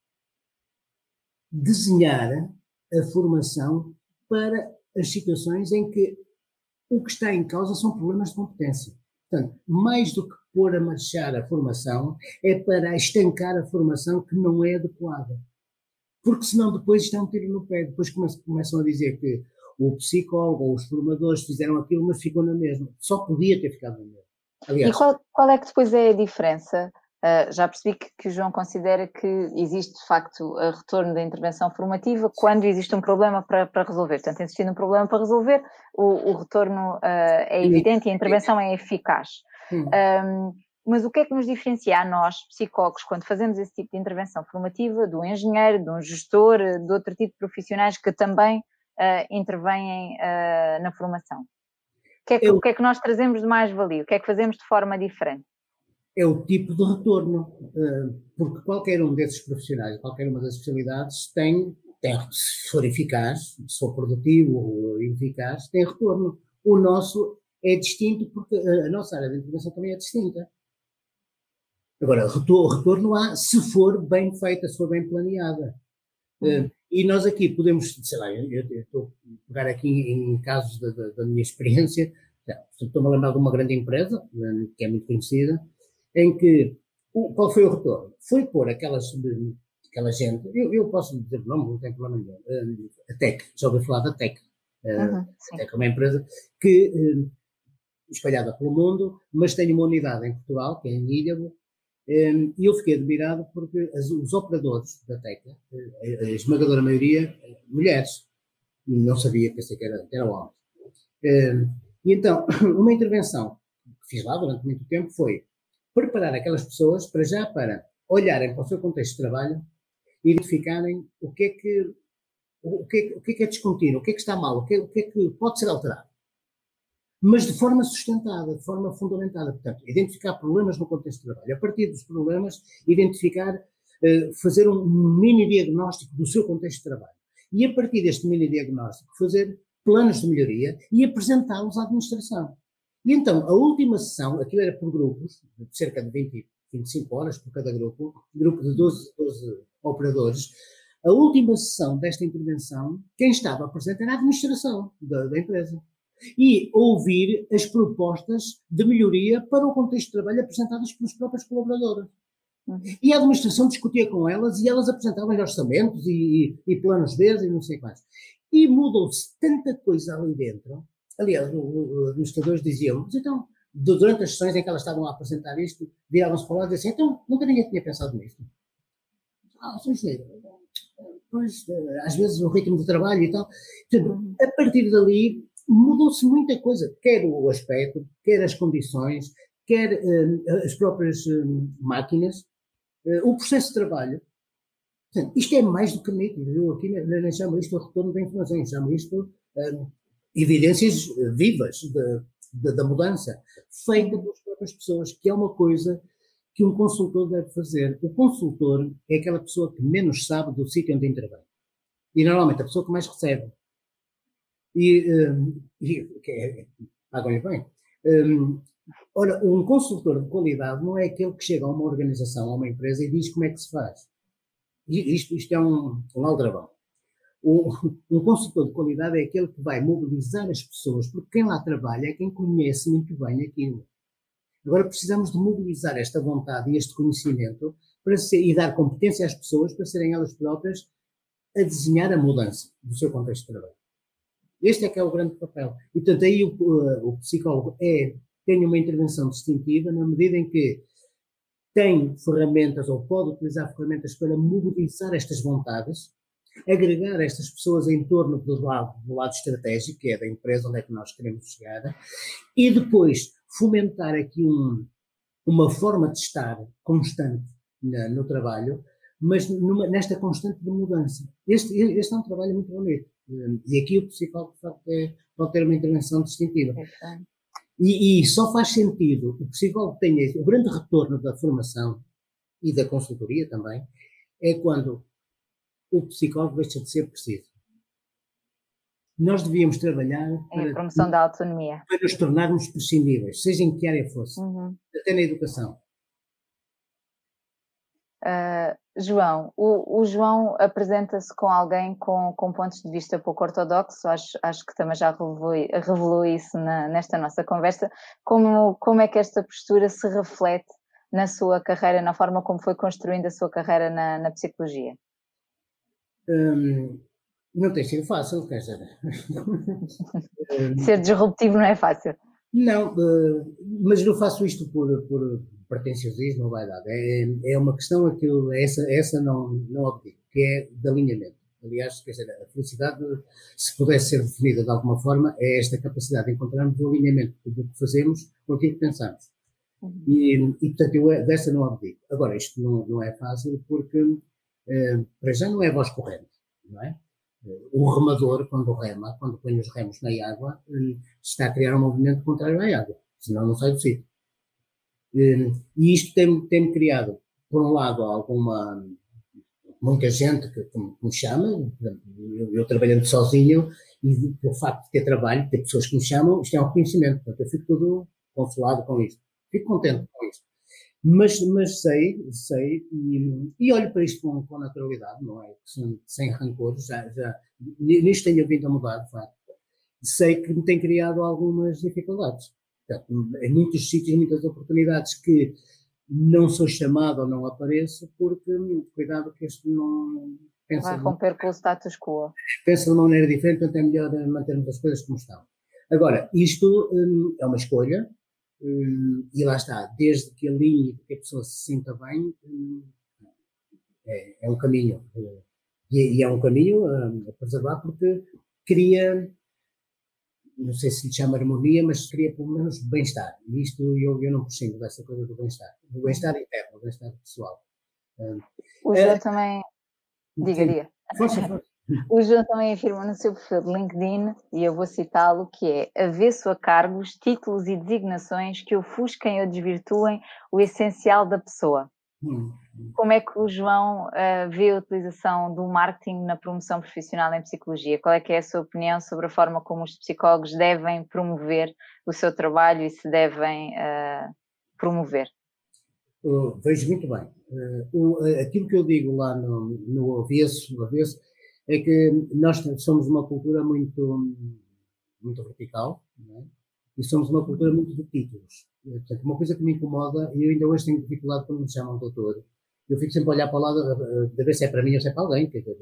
desenhar a formação para as situações em que o que está em causa são problemas de competência. Portanto, mais do que pôr a marchar a formação, é para estancar a formação que não é adequada. Porque senão depois está um tiro no pé, depois começam a dizer que o psicólogo ou os formadores fizeram aquilo, mas ficou na mesma. Só podia ter ficado na mesma. Aliás, e qual, qual é que depois é a diferença? Uh, já percebi que, que o João considera que existe, de facto, a retorno da intervenção formativa quando existe um problema para, para resolver. Portanto, existindo um problema para resolver, o, o retorno uh, é evidente e a intervenção é eficaz. Hum. Um, mas o que é que nos diferencia a nós, psicólogos, quando fazemos esse tipo de intervenção formativa, do engenheiro, de um gestor, de outro tipo de profissionais que também Uh, intervêm uh, na formação? O que, é que, Eu, o que é que nós trazemos de mais-valia? O que é que fazemos de forma diferente? É o tipo de retorno, uh, porque qualquer um desses profissionais, qualquer uma das especialidades tem, tem, se for eficaz, se for produtivo ou eficaz, tem retorno. O nosso é distinto porque a, a nossa área de intervenção também é distinta. Agora, retorno, retorno há se for bem feita, se for bem planeada. Hum. Uh, e nós aqui podemos, sei lá, eu, eu, eu estou a pegar aqui em, em casos da, da, da minha experiência, estou-me a lembrar de uma grande empresa, que é muito conhecida, em que, o, qual foi o retorno? Foi pôr aquelas, aquela gente, eu, eu posso dizer o nome, não tem problema nenhum, uh, a Tec, já ouvi falar da Tec, uh, uhum, a Tec é uma empresa que, uh, espalhada pelo mundo, mas tem uma unidade em Portugal, que é em Ilhavo. E eu fiquei admirado porque as, os operadores da Tecla, a, a esmagadora maioria, mulheres, não sabia, pensei que era, que era homens. E então, uma intervenção que fiz lá durante muito tempo foi preparar aquelas pessoas para já para olharem para o seu contexto de trabalho e identificarem o que é que, o que, é, o que, é, que é descontínuo, o que é que está mal, o que, é, o que é que pode ser alterado. Mas de forma sustentada, de forma fundamentada. Portanto, identificar problemas no contexto de trabalho. A partir dos problemas, identificar, uh, fazer um mini diagnóstico do seu contexto de trabalho. E a partir deste mini diagnóstico, fazer planos de melhoria e apresentá-los à administração. E então, a última sessão, aquilo era por grupos, de cerca de vinte, vinte e cinco horas por cada grupo, grupo de doze, doze operadores. A última sessão desta intervenção, quem estava presente era a administração da, da empresa. E ouvir as propostas de melhoria para o contexto de trabalho apresentadas pelos próprios colaboradores. Uhum. E a administração discutia com elas e elas apresentavam orçamentos e, e, e planos verdes e não sei quais. E mudou-se tanta coisa ali dentro. Aliás, os administradores diziam, mas então, durante as sessões em que elas estavam a apresentar isto, viravam-se para lá e diziam assim, então, nunca ninguém tinha pensado nisto. Ah, sim, sim. Pois, às vezes o ritmo de trabalho e tal. Portanto, a partir dali, mudou-se muita coisa, quer o aspecto, quer as condições, quer uh, as próprias uh, máquinas, uh, o processo de trabalho. Portanto, isto é mais do que nítido. Eu aqui nem chamo isto o retorno da informação, chamo isto uh, evidências vivas de, de, da mudança, feita pelas próprias pessoas, que é uma coisa que um consultor deve fazer. O consultor é aquela pessoa que menos sabe do sítio onde intervém. E normalmente a pessoa que mais recebe. E, um, e é, pagam-lhe bem. Um, ora, um consultor de qualidade não é aquele que chega a uma organização, a uma empresa e diz como é que se faz. E isto, isto é um, um aldrabão. Um, um consultor de qualidade é aquele que vai mobilizar as pessoas, porque quem lá trabalha é quem conhece muito bem aquilo. Agora precisamos de mobilizar esta vontade e este conhecimento para ser, e dar competência às pessoas para serem elas próprias a desenhar a mudança do seu contexto de trabalho. Este é que é o grande papel. E, portanto, aí o, o psicólogo é, tem uma intervenção distintiva na medida em que tem ferramentas ou pode utilizar ferramentas para mobilizar estas vontades, agregar estas pessoas em torno do lado, do lado estratégico, que é da empresa onde é que nós queremos chegar, e depois fomentar aqui um, uma forma de estar constante na, no trabalho, mas numa, nesta constante de mudança. Este, este é um trabalho muito bonito. E aqui o psicólogo é, pode ter uma intervenção distintiva. E, e só faz sentido o psicólogo tenha o grande retorno da formação e da consultoria também, é quando o psicólogo deixa de ser preciso. Nós devíamos trabalhar para, é a promoção da autonomia, para nos tornarmos prescindíveis, seja em que área fosse, uhum. até na educação. Uh, João, o, o João apresenta-se com alguém com, com pontos de vista pouco ortodoxos, acho, acho que também já revelou, revelou isso na, nesta nossa conversa. Como, como é que esta postura se reflete na sua carreira, na forma como foi construindo a sua carreira na, na psicologia? Hum, não tem sido fácil, quer dizer. Ser disruptivo não é fácil. Não, uh, mas não faço isto por, por pretenciosismo, não vai dar. É, é uma questão, aquilo, essa, essa não, não obdigo, que é de alinhamento. Aliás, quer dizer, a felicidade, se pudesse ser definida de alguma forma, é esta capacidade de encontrarmos o alinhamento do que fazemos com aquilo que pensamos. Uhum. E, e, portanto, eu dessa não obdigo. Agora, isto não, não é fácil porque, uh, para já, não é voz corrente, não é? O remador, quando rema, quando põe os remos na água, está a criar um movimento contrário à água, senão não sai do sítio. E isto tem-me tem criado, por um lado, alguma, muita gente que, que me chama, eu, eu trabalhando sozinho, e pelo facto de ter trabalho, de ter pessoas que me chamam, isto é um reconhecimento, portanto eu fico todo consolado com isto, fico contente com isto. Mas, mas sei, sei, e, e olho para isto com, com naturalidade, não é? Sem, sem rancor, já, já, nisto tenho vindo a mudar, de facto. Sei que me tem criado algumas dificuldades. Portanto, em muitos sítios, muitas oportunidades que não sou chamado ou não apareço, porque, cuidado que este não... Pensa vai romper com o status quo. Pensa de uma maneira diferente, portanto é melhor mantermos as coisas como estão. Agora, isto hum, é uma escolha, Hum, e lá está, desde que alinhe, que a pessoa se sinta bem, hum, é, é um caminho, e, e é um caminho hum, a preservar porque cria, não sei se lhe chama harmonia, mas cria pelo menos bem-estar, e isto eu, eu não prescindo dessa coisa do bem-estar, do bem-estar interno, do bem-estar pessoal. Hum, o João é, também, diga, diga. Força, força. O João também afirma no seu perfil de LinkedIn, e eu vou citá-lo, que é avesso a cargos, títulos e designações que ofusquem ou desvirtuem o essencial da pessoa. Hum. Como é que o João uh, vê a utilização do marketing na promoção profissional em psicologia? Qual é que é a sua opinião sobre a forma como os psicólogos devem promover o seu trabalho e se devem uh, promover? Uh, vejo muito bem. Uh, o, aquilo que eu digo lá no, no avesso, no avesso, é que nós somos uma cultura muito, muito vertical, não é? E somos uma cultura muito de títulos. Portanto, uma coisa que me incomoda, e eu ainda hoje tenho dificuldade quando me chamam doutor, eu fico sempre a olhar para o lado, de ver se é para mim ou se é para alguém, quer dizer,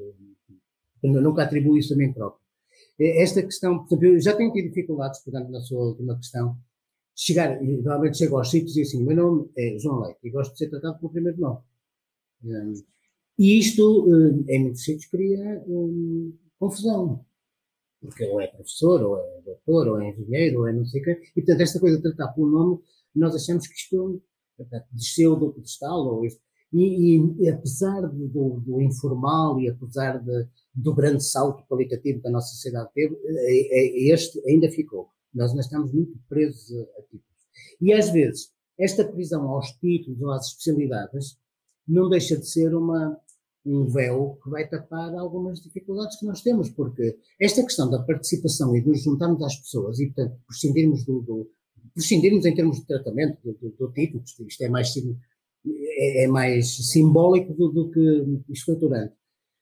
eu nunca atribuo isso a mim próprio. Esta questão, por exemplo, eu já tenho tido dificuldades, portanto, na sua última questão, chegar, normalmente chego aos sítios e assim, o meu nome é João Leite e gosto de ser tratado pelo primeiro nome. Um, e isto, um, em muitos sítios, cria um, confusão. Porque ou é professor, ou é doutor, ou é engenheiro, ou é não sei o quê. E, portanto, esta coisa de tratar pelo nome, nós achamos que isto portanto, desceu do pedestal, ou isto. E, e, e apesar do, do, do informal e apesar de, do grande salto qualitativo que a nossa sociedade teve, este ainda ficou. Nós ainda estamos muito presos a, a títulos. E às vezes, esta prisão aos títulos ou às especialidades não deixa de ser uma, um véu que vai tapar algumas dificuldades que nós temos, porque esta questão da participação e de nos juntarmos às pessoas e, portanto, prescindirmos do, do prescindirmos em termos de tratamento do, do, do título, isto é mais, é, é mais simbólico do, do que estruturante.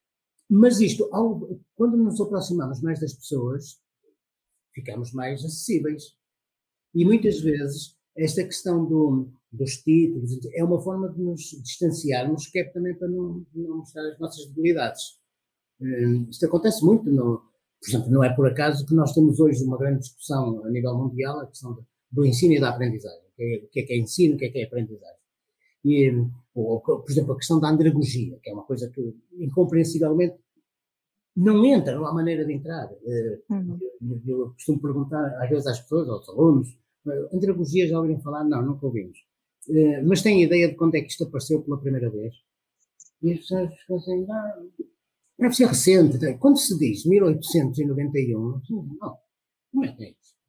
Mas isto, ao, quando nos aproximamos mais das pessoas, ficamos mais acessíveis. E muitas vezes esta questão do, dos títulos é uma forma de nos distanciarmos, que é também para não, não mostrar as nossas debilidades. Um, isto acontece muito, no, por exemplo, não é por acaso que nós temos hoje uma grande discussão a nível mundial, a questão do, do ensino e da aprendizagem. O que, é, o que é que é ensino, o que é que é aprendizagem. E, ou, por exemplo, a questão da andragogia, que é uma coisa que, incompreensivelmente, não entra, não há maneira de entrar. Uhum. Eu, eu costumo perguntar, às vezes, às pessoas, aos alunos, andragogia já ouviram falar? Não, nunca ouvimos. Mas têm ideia de quando é que isto apareceu pela primeira vez? E as pessoas ficam assim, não, deve ser recente. Quando se diz mil oitocentos e noventa e um, não, como é que é isso?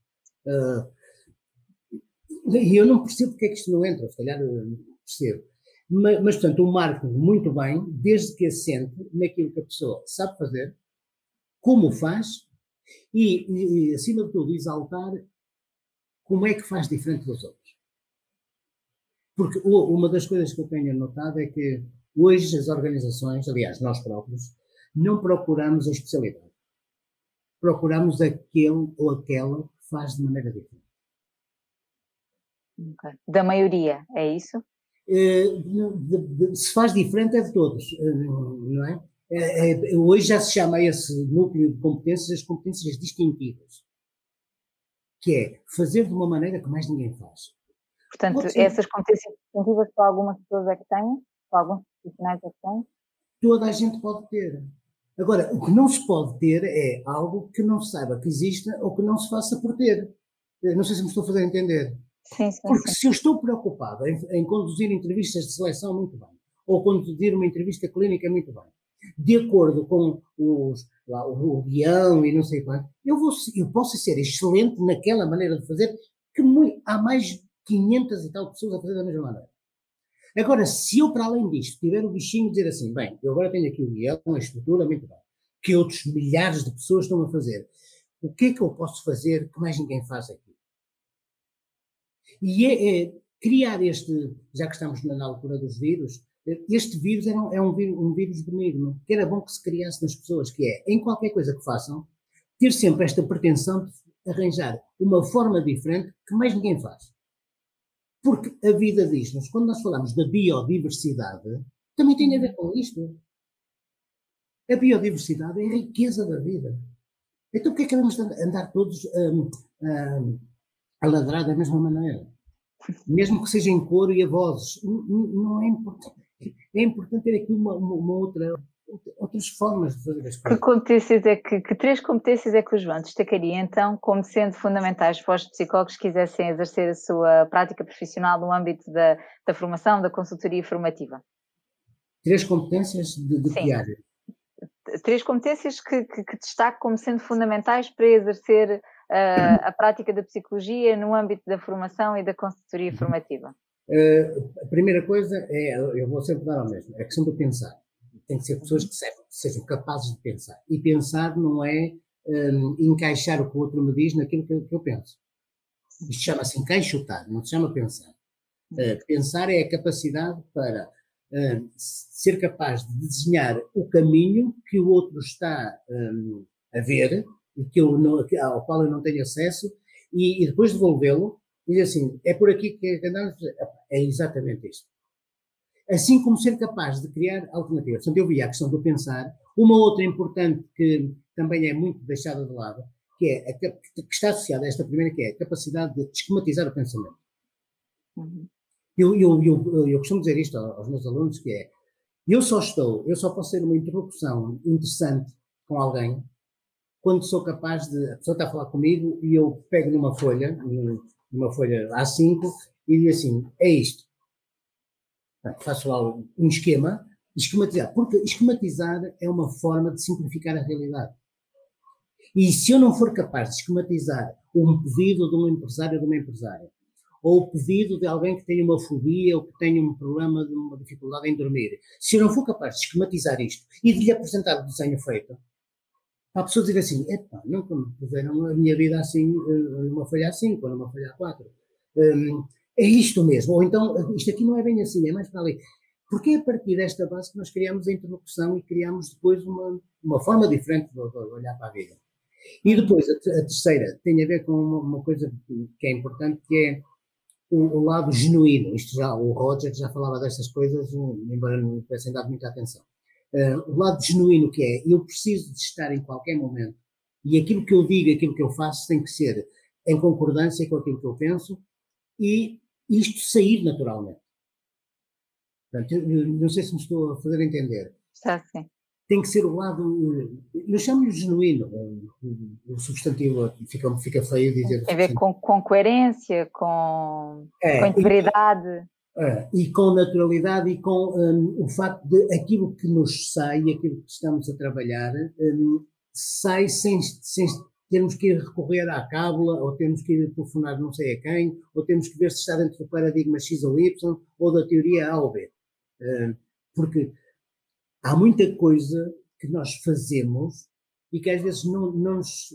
Uh, e eu não percebo porque é que isto não entra, se calhar percebo. Mas, mas, portanto, o marketing muito bem, desde que assente naquilo que a pessoa sabe fazer, como faz, e, e acima de tudo, exaltar como é que faz diferente dos outros. Porque uma das coisas que eu tenho notado é que hoje as organizações, aliás, nós próprios, não procuramos a especialidade. Procuramos aquele ou aquela que faz de maneira diferente. Okay. Da maioria, é isso? Uh, de, de, se faz diferente é de todos, uh, não é? É, é? Hoje já se chama esse núcleo de competências as competências distintivas, que é fazer de uma maneira que mais ninguém faz. Portanto, essas competências distintivas para algumas pessoas é que têm? Para alguns profissionais é que têm? Toda a gente pode ter. Agora, o que não se pode ter é algo que não se saiba que exista ou que não se faça por ter. Não sei se me estou a fazer entender. Sim, sim, Porque sim. se eu estou preocupado em, em conduzir entrevistas de seleção, muito bem. Ou conduzir uma entrevista clínica, muito bem. De acordo com os, lá, o, o guião e não sei quanto, eu, vou, eu posso ser excelente naquela maneira de fazer, que muito, há mais de quinhentas e tal pessoas a fazer da mesma maneira. Agora, se eu, para além disto, tiver o bichinho de dizer assim, bem, eu agora tenho aqui o guião, a estrutura, muito bem, que outros milhares de pessoas estão a fazer, o que é que eu posso fazer que mais ninguém faz aqui? E é, é criar este, já que estamos na altura dos vírus, este vírus é, um, é um, vírus, um vírus benigno, que era bom que se criasse nas pessoas, que é, em qualquer coisa que façam, ter sempre esta pretensão de arranjar uma forma diferente que mais ninguém faz. Porque a vida diz-nos, quando nós falamos da biodiversidade, também tem a ver com isto. A biodiversidade é a riqueza da vida. Então porquê é que vamos andar todos um, um, a ladrar da mesma maneira? Mesmo que seja em coro e a vozes. Não, não é importante. É importante ter aqui uma, uma, uma outra, outras formas de fazer as coisas. Que competências é que, que três competências é que o João destacaria, então, como sendo fundamentais para os psicólogos que quisessem exercer a sua prática profissional no âmbito da, da formação, da consultoria formativa? Três competências de, de que área? Três competências que, que, que destaco como sendo fundamentais para exercer uh, a prática da psicologia no âmbito da formação e da consultoria formativa. Uh, a primeira coisa é, eu vou sempre dar ao mesmo, é a questão do pensar. Tem que ser pessoas que sejam capazes de pensar. E pensar não é um, encaixar o que o outro me diz naquilo que eu, que eu penso. Isto chama-se encaixotar, não se chama pensar. Uh, pensar é a capacidade para uh, ser capaz de desenhar o caminho que o outro está um, a ver, que eu não, ao qual eu não tenho acesso, e, e depois devolvê-lo e dizer assim, é por aqui que andamos, é exatamente isto. Assim como ser capaz de criar alternativas. Portanto, eu vi a questão do pensar. Uma outra importante que também é muito deixada de lado, que é a, que está associada a esta primeira, que é a capacidade de esquematizar o pensamento. Uhum. Eu, eu, eu, eu costumo dizer isto aos meus alunos, que é, eu só estou, eu só posso ter uma interlocução interessante com alguém quando sou capaz de, a pessoa está a falar comigo e eu pego numa folha, numa folha A cinco e digo assim, é isto. Faço lá um esquema, esquematizar, porque esquematizar é uma forma de simplificar a realidade. E se eu não for capaz de esquematizar um pedido de um empresário ou de uma empresária, ou o pedido de alguém que tenha uma fobia ou que tenha um problema de uma dificuldade em dormir, se eu não for capaz de esquematizar isto e de lhe apresentar o desenho feito, a pessoa dizer assim, epá, nunca me puseram a minha vida assim, numa folha A cinco ou numa folha A quatro. Um, é isto mesmo, ou então, isto aqui não é bem assim, é mais para ali. Porque é a partir desta base que nós criamos a interlocução e criamos depois uma, uma forma diferente de, de olhar para a vida. E depois, a, a terceira, tem a ver com uma, uma coisa que é importante, que é o, o lado genuíno. Isto já, o Roger já falava destas coisas, embora não tivessem dado muita atenção. Uh, o lado genuíno que é, eu preciso de estar em qualquer momento, e aquilo que eu digo, aquilo que eu faço tem que ser em concordância com aquilo que eu penso, e isto sair naturalmente. Portanto, eu, eu não sei se me estou a fazer entender. Está sim. Tem que ser o lado, eu chamo-lhe genuíno, o, o substantivo fica, fica feio dizer. Tem a ver com, com coerência, com, é, com integridade. E, é, e com naturalidade e com um, o facto de aquilo que nos sai, aquilo que estamos a trabalhar, um, sai sem, sem termos que ir recorrer à cábula, ou temos que ir telefonar não sei a quem, ou temos que ver se está dentro do paradigma X ou Y, ou da teoria A ou B. Um, porque há muita coisa que nós fazemos e que às vezes não, não, nos,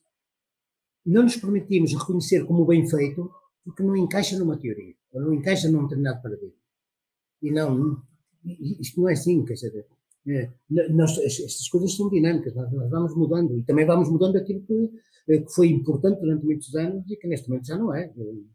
não nos permitimos reconhecer como bem feito porque não encaixa numa teoria, ou não encaixa num determinado paradigma. E não, isto não é assim, quer dizer, é, nós, estas coisas são dinâmicas, nós, nós vamos mudando, e também vamos mudando aquilo que, que foi importante durante muitos anos e que neste momento já não é.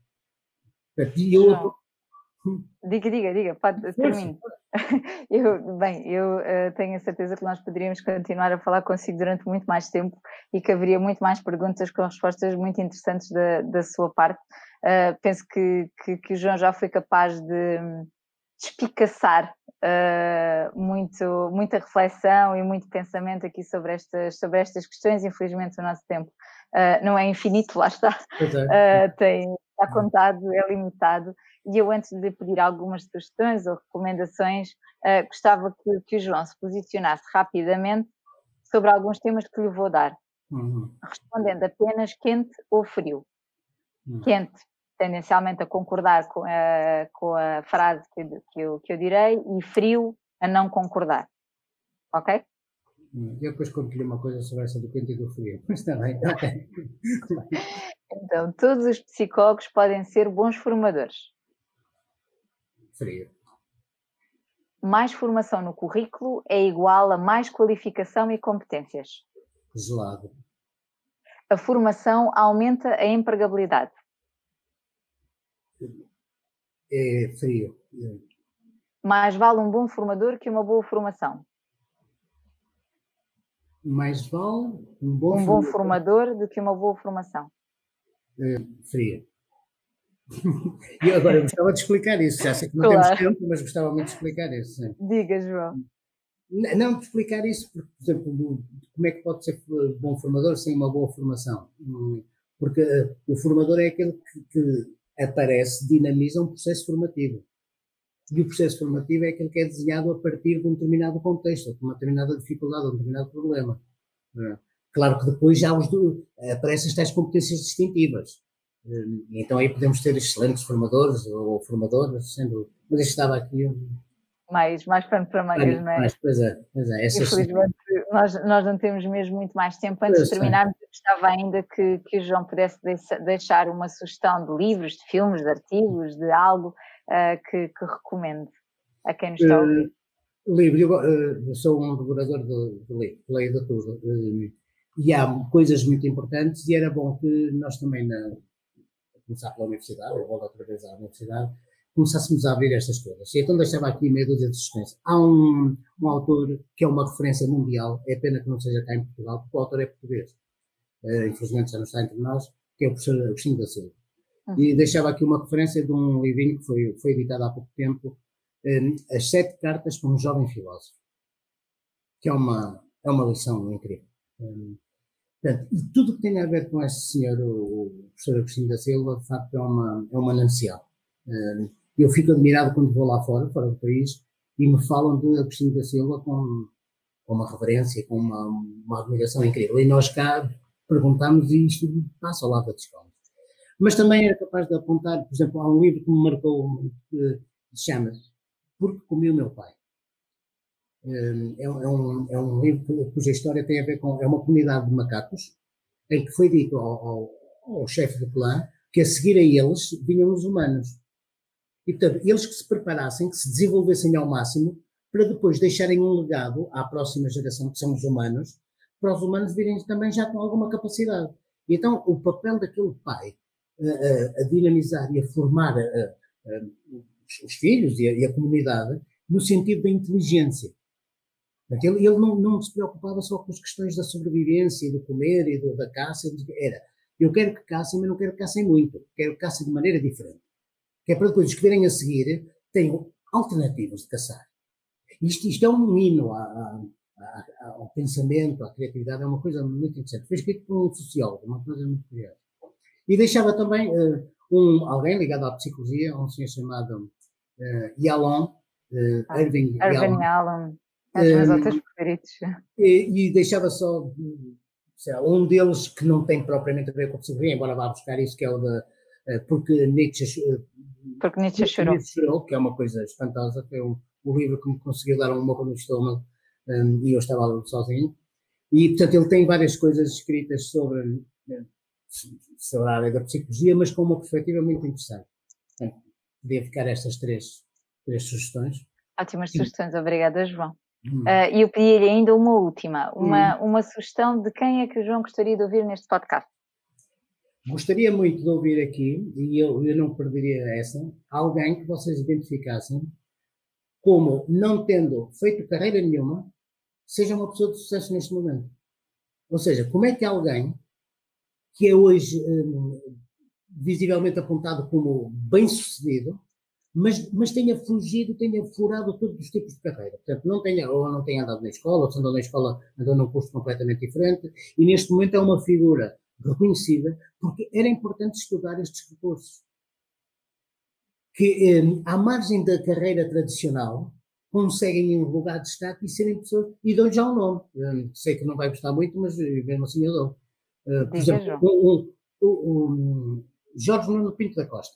E eu, Diga, diga, diga, pode, termine. Eu, bem, eu uh, tenho a certeza que nós poderíamos continuar a falar consigo durante muito mais tempo e que haveria muito mais perguntas com respostas muito interessantes da, da sua parte. Uh, penso que, que, que o João já foi capaz de despicaçar uh, muito, muita reflexão e muito pensamento aqui sobre estas, sobre estas questões. Infelizmente o nosso tempo uh, não é infinito, lá está, uh, tem, está contado, é limitado. E eu, antes de pedir algumas sugestões ou recomendações, uh, gostava que, que o João se posicionasse rapidamente sobre alguns temas que lhe vou dar, uhum. respondendo apenas quente ou frio. Uhum. Quente, tendencialmente a concordar com a, com a frase que, que, eu, que eu direi, e frio, a não concordar. Ok? Eu depois conto-lhe uma coisa sobre essa do quente e do frio. Mas está bem, ok. Então, todos os psicólogos podem ser bons formadores. Frio. Mais formação no currículo é igual a mais qualificação e competências. Gelado. A formação aumenta a empregabilidade. É frio. Mais vale um bom formador que uma boa formação. Mais vale um bom, um bom formador do que uma boa formação. É, frio. E agora eu gostava de explicar isso, já sei que não claro. temos tempo, mas gostava muito de explicar isso. Sim. Diga, João. Não, de explicar isso, porque, por exemplo, como é que pode ser bom formador sem uma boa formação? Porque uh, o formador é aquele que, que aparece, dinamiza um processo formativo. E o processo formativo é aquele que é desenhado a partir de um determinado contexto, de uma determinada dificuldade, de um determinado problema. É? Claro que depois já os do, aparecem tais competências distintivas. Então aí podemos ter excelentes formadores ou formadoras, sendo, mas isto estava aqui um... mais, mais pano para mangas, não é? Mais, pois é, pois é. Infelizmente nós, nós não temos mesmo muito mais tempo. Antes de terminarmos, eu gostava ainda que, que o João pudesse deixar uma sugestão de livros, de filmes, de artigos, de algo uh, que, que recomende a quem nos está a ouvir? Uh, livro, eu, uh, eu sou um devorador de, de livro, leio de tudo. Uh, e há coisas muito importantes e era bom que nós também, na, começar pela universidade, ou volto outra vez à universidade, começássemos a abrir estas coisas. E então deixava aqui meia dúzia de sugestões. Há um, um autor que é uma referência mundial, é pena que não seja cá em Portugal, porque o autor é português. Uh, infelizmente já não está entre nós, que é o professor Agostinho da Silva. Uhum. E deixava aqui uma referência de um livrinho que foi, foi editado há pouco tempo, um, As Sete Cartas para um Jovem Filósofo, que é uma, é uma lição incrível. Um, portanto, e tudo que tem a ver com este senhor, o, o professor Agostinho da Silva, de facto é uma, é uma manancial. Um, eu fico admirado quando vou lá fora, fora do país, e me falam de Agostinho da Silva com, com uma reverência, com uma, uma admiração incrível. E nós cá perguntamos e isto passa ao lado da escola. Mas também era capaz de apontar, por exemplo, há um livro que me marcou, que chama-se Porque Comi o Meu Pai. É, é, um, é um livro cuja história tem a ver com, é uma comunidade de macacos, em que foi dito ao, ao, ao chefe do clã que a seguir a eles vinham os humanos. E, portanto, eles que se preparassem, que se desenvolvessem ao máximo, para depois deixarem um legado à próxima geração, que são os humanos, para os humanos virem também já com alguma capacidade. E então, o papel daquele pai a, a dinamizar e a formar a, a, os, os filhos e a, e a comunidade no sentido da inteligência. Portanto, ele ele não, não se preocupava só com as questões da sobrevivência, do comer e do, da caça. Era, eu quero que caçem, mas não quero que caçem muito. Quero que caçem de maneira diferente. Que é para depois os que virem a seguir tenham alternativas de caçar. Isto, isto é um hino a, a, a, ao pensamento, à criatividade, é uma coisa muito interessante. Foi escrito por um sociólogo, uma coisa muito curiosa. E deixava também uh, um, alguém ligado à psicologia, um senhor chamado uh, Yalom, uh, ah, Irving Yalom. Yalom. É dos meus autores preferidos. E, e deixava só, sei lá, um deles que não tem propriamente a ver com a psicologia, embora vá buscar isso, que é o de uh, Porque Nietzsche, uh, porque Nietzsche chorou. Nietzsche chorou, que é uma coisa espantosa, foi um, um livro que me conseguiu dar um morro no estômago, um, e eu estava ali sozinho. E, portanto, ele tem várias coisas escritas sobre, sobre a área da psicologia, mas com uma perspectiva muito interessante. Portanto, podia ficar estas três, três sugestões. Ótimas sugestões, obrigada, João. Hum. Uh, e eu pedi-lhe ainda uma última, uma, hum. uma sugestão de quem é que o João gostaria de ouvir neste podcast. Gostaria muito de ouvir aqui, e eu, eu não perderia essa, alguém que vocês identificassem como, não tendo feito carreira nenhuma, seja uma pessoa de sucesso neste momento. Ou seja, como é que alguém que é hoje hum, visivelmente apontado como bem-sucedido, mas, mas tenha fugido, tenha furado todos os tipos de carreira. Portanto, não tenha, ou não tenha andado na escola, ou se andou na escola, andou num curso completamente diferente, e neste momento é uma figura reconhecida, porque era importante estudar estes recursos. Que, eh, à margem da carreira tradicional, conseguem um lugar de destaque e serem pessoas, e dou-lhe já um nome. Eh, sei que não vai gostar muito, mas mesmo assim eu dou. Eh, por Diga, exemplo, o um, um, um, Jorge Nuno Pinto da Costa.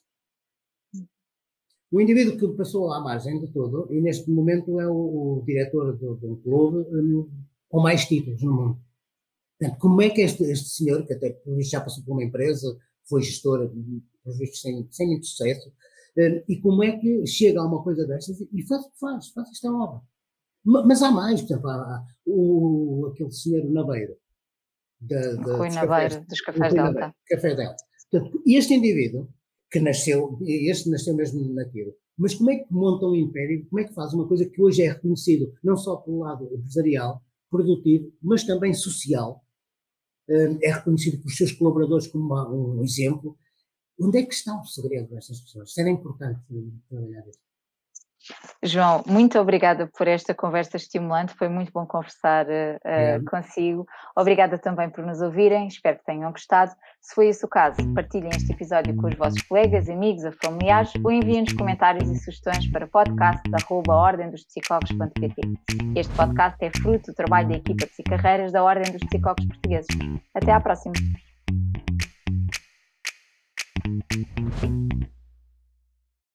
O indivíduo que passou à margem de tudo, e neste momento é o, o diretor de, de um clube um, com mais títulos no mundo. Portanto, como é que este, este senhor, que até já passou por uma empresa, foi gestor, por vistos, sem, sem muito sucesso, um, e como é que chega a uma coisa destas e faz o que faz, faz esta obra. Mas há mais, por exemplo, há, há o, aquele senhor Nabeiro. Da, da, Rui Nabeiro, dos Cafés Delta. Café Delta. Portanto, este indivíduo, que nasceu, este nasceu mesmo naquilo, mas como é que monta um império, como é que faz uma coisa que hoje é reconhecido, não só pelo lado empresarial, produtivo, mas também social, é reconhecido pelos seus colaboradores como uma, um exemplo. Onde é que está o segredo destas pessoas? Isso era importante trabalhar isso. João, muito obrigada por esta conversa estimulante, foi muito bom conversar uh, é. consigo. Obrigada também por nos ouvirem, espero que tenham gostado. Se foi esse o caso, partilhem este episódio com os vossos colegas, amigos ou familiares ou enviem-nos comentários e sugestões para podcast arroba ordem dos psicólogos ponto pt. Este podcast é fruto do trabalho da equipa de Psicarreiras da Ordem dos Psicólogos Portugueses. Até à próxima!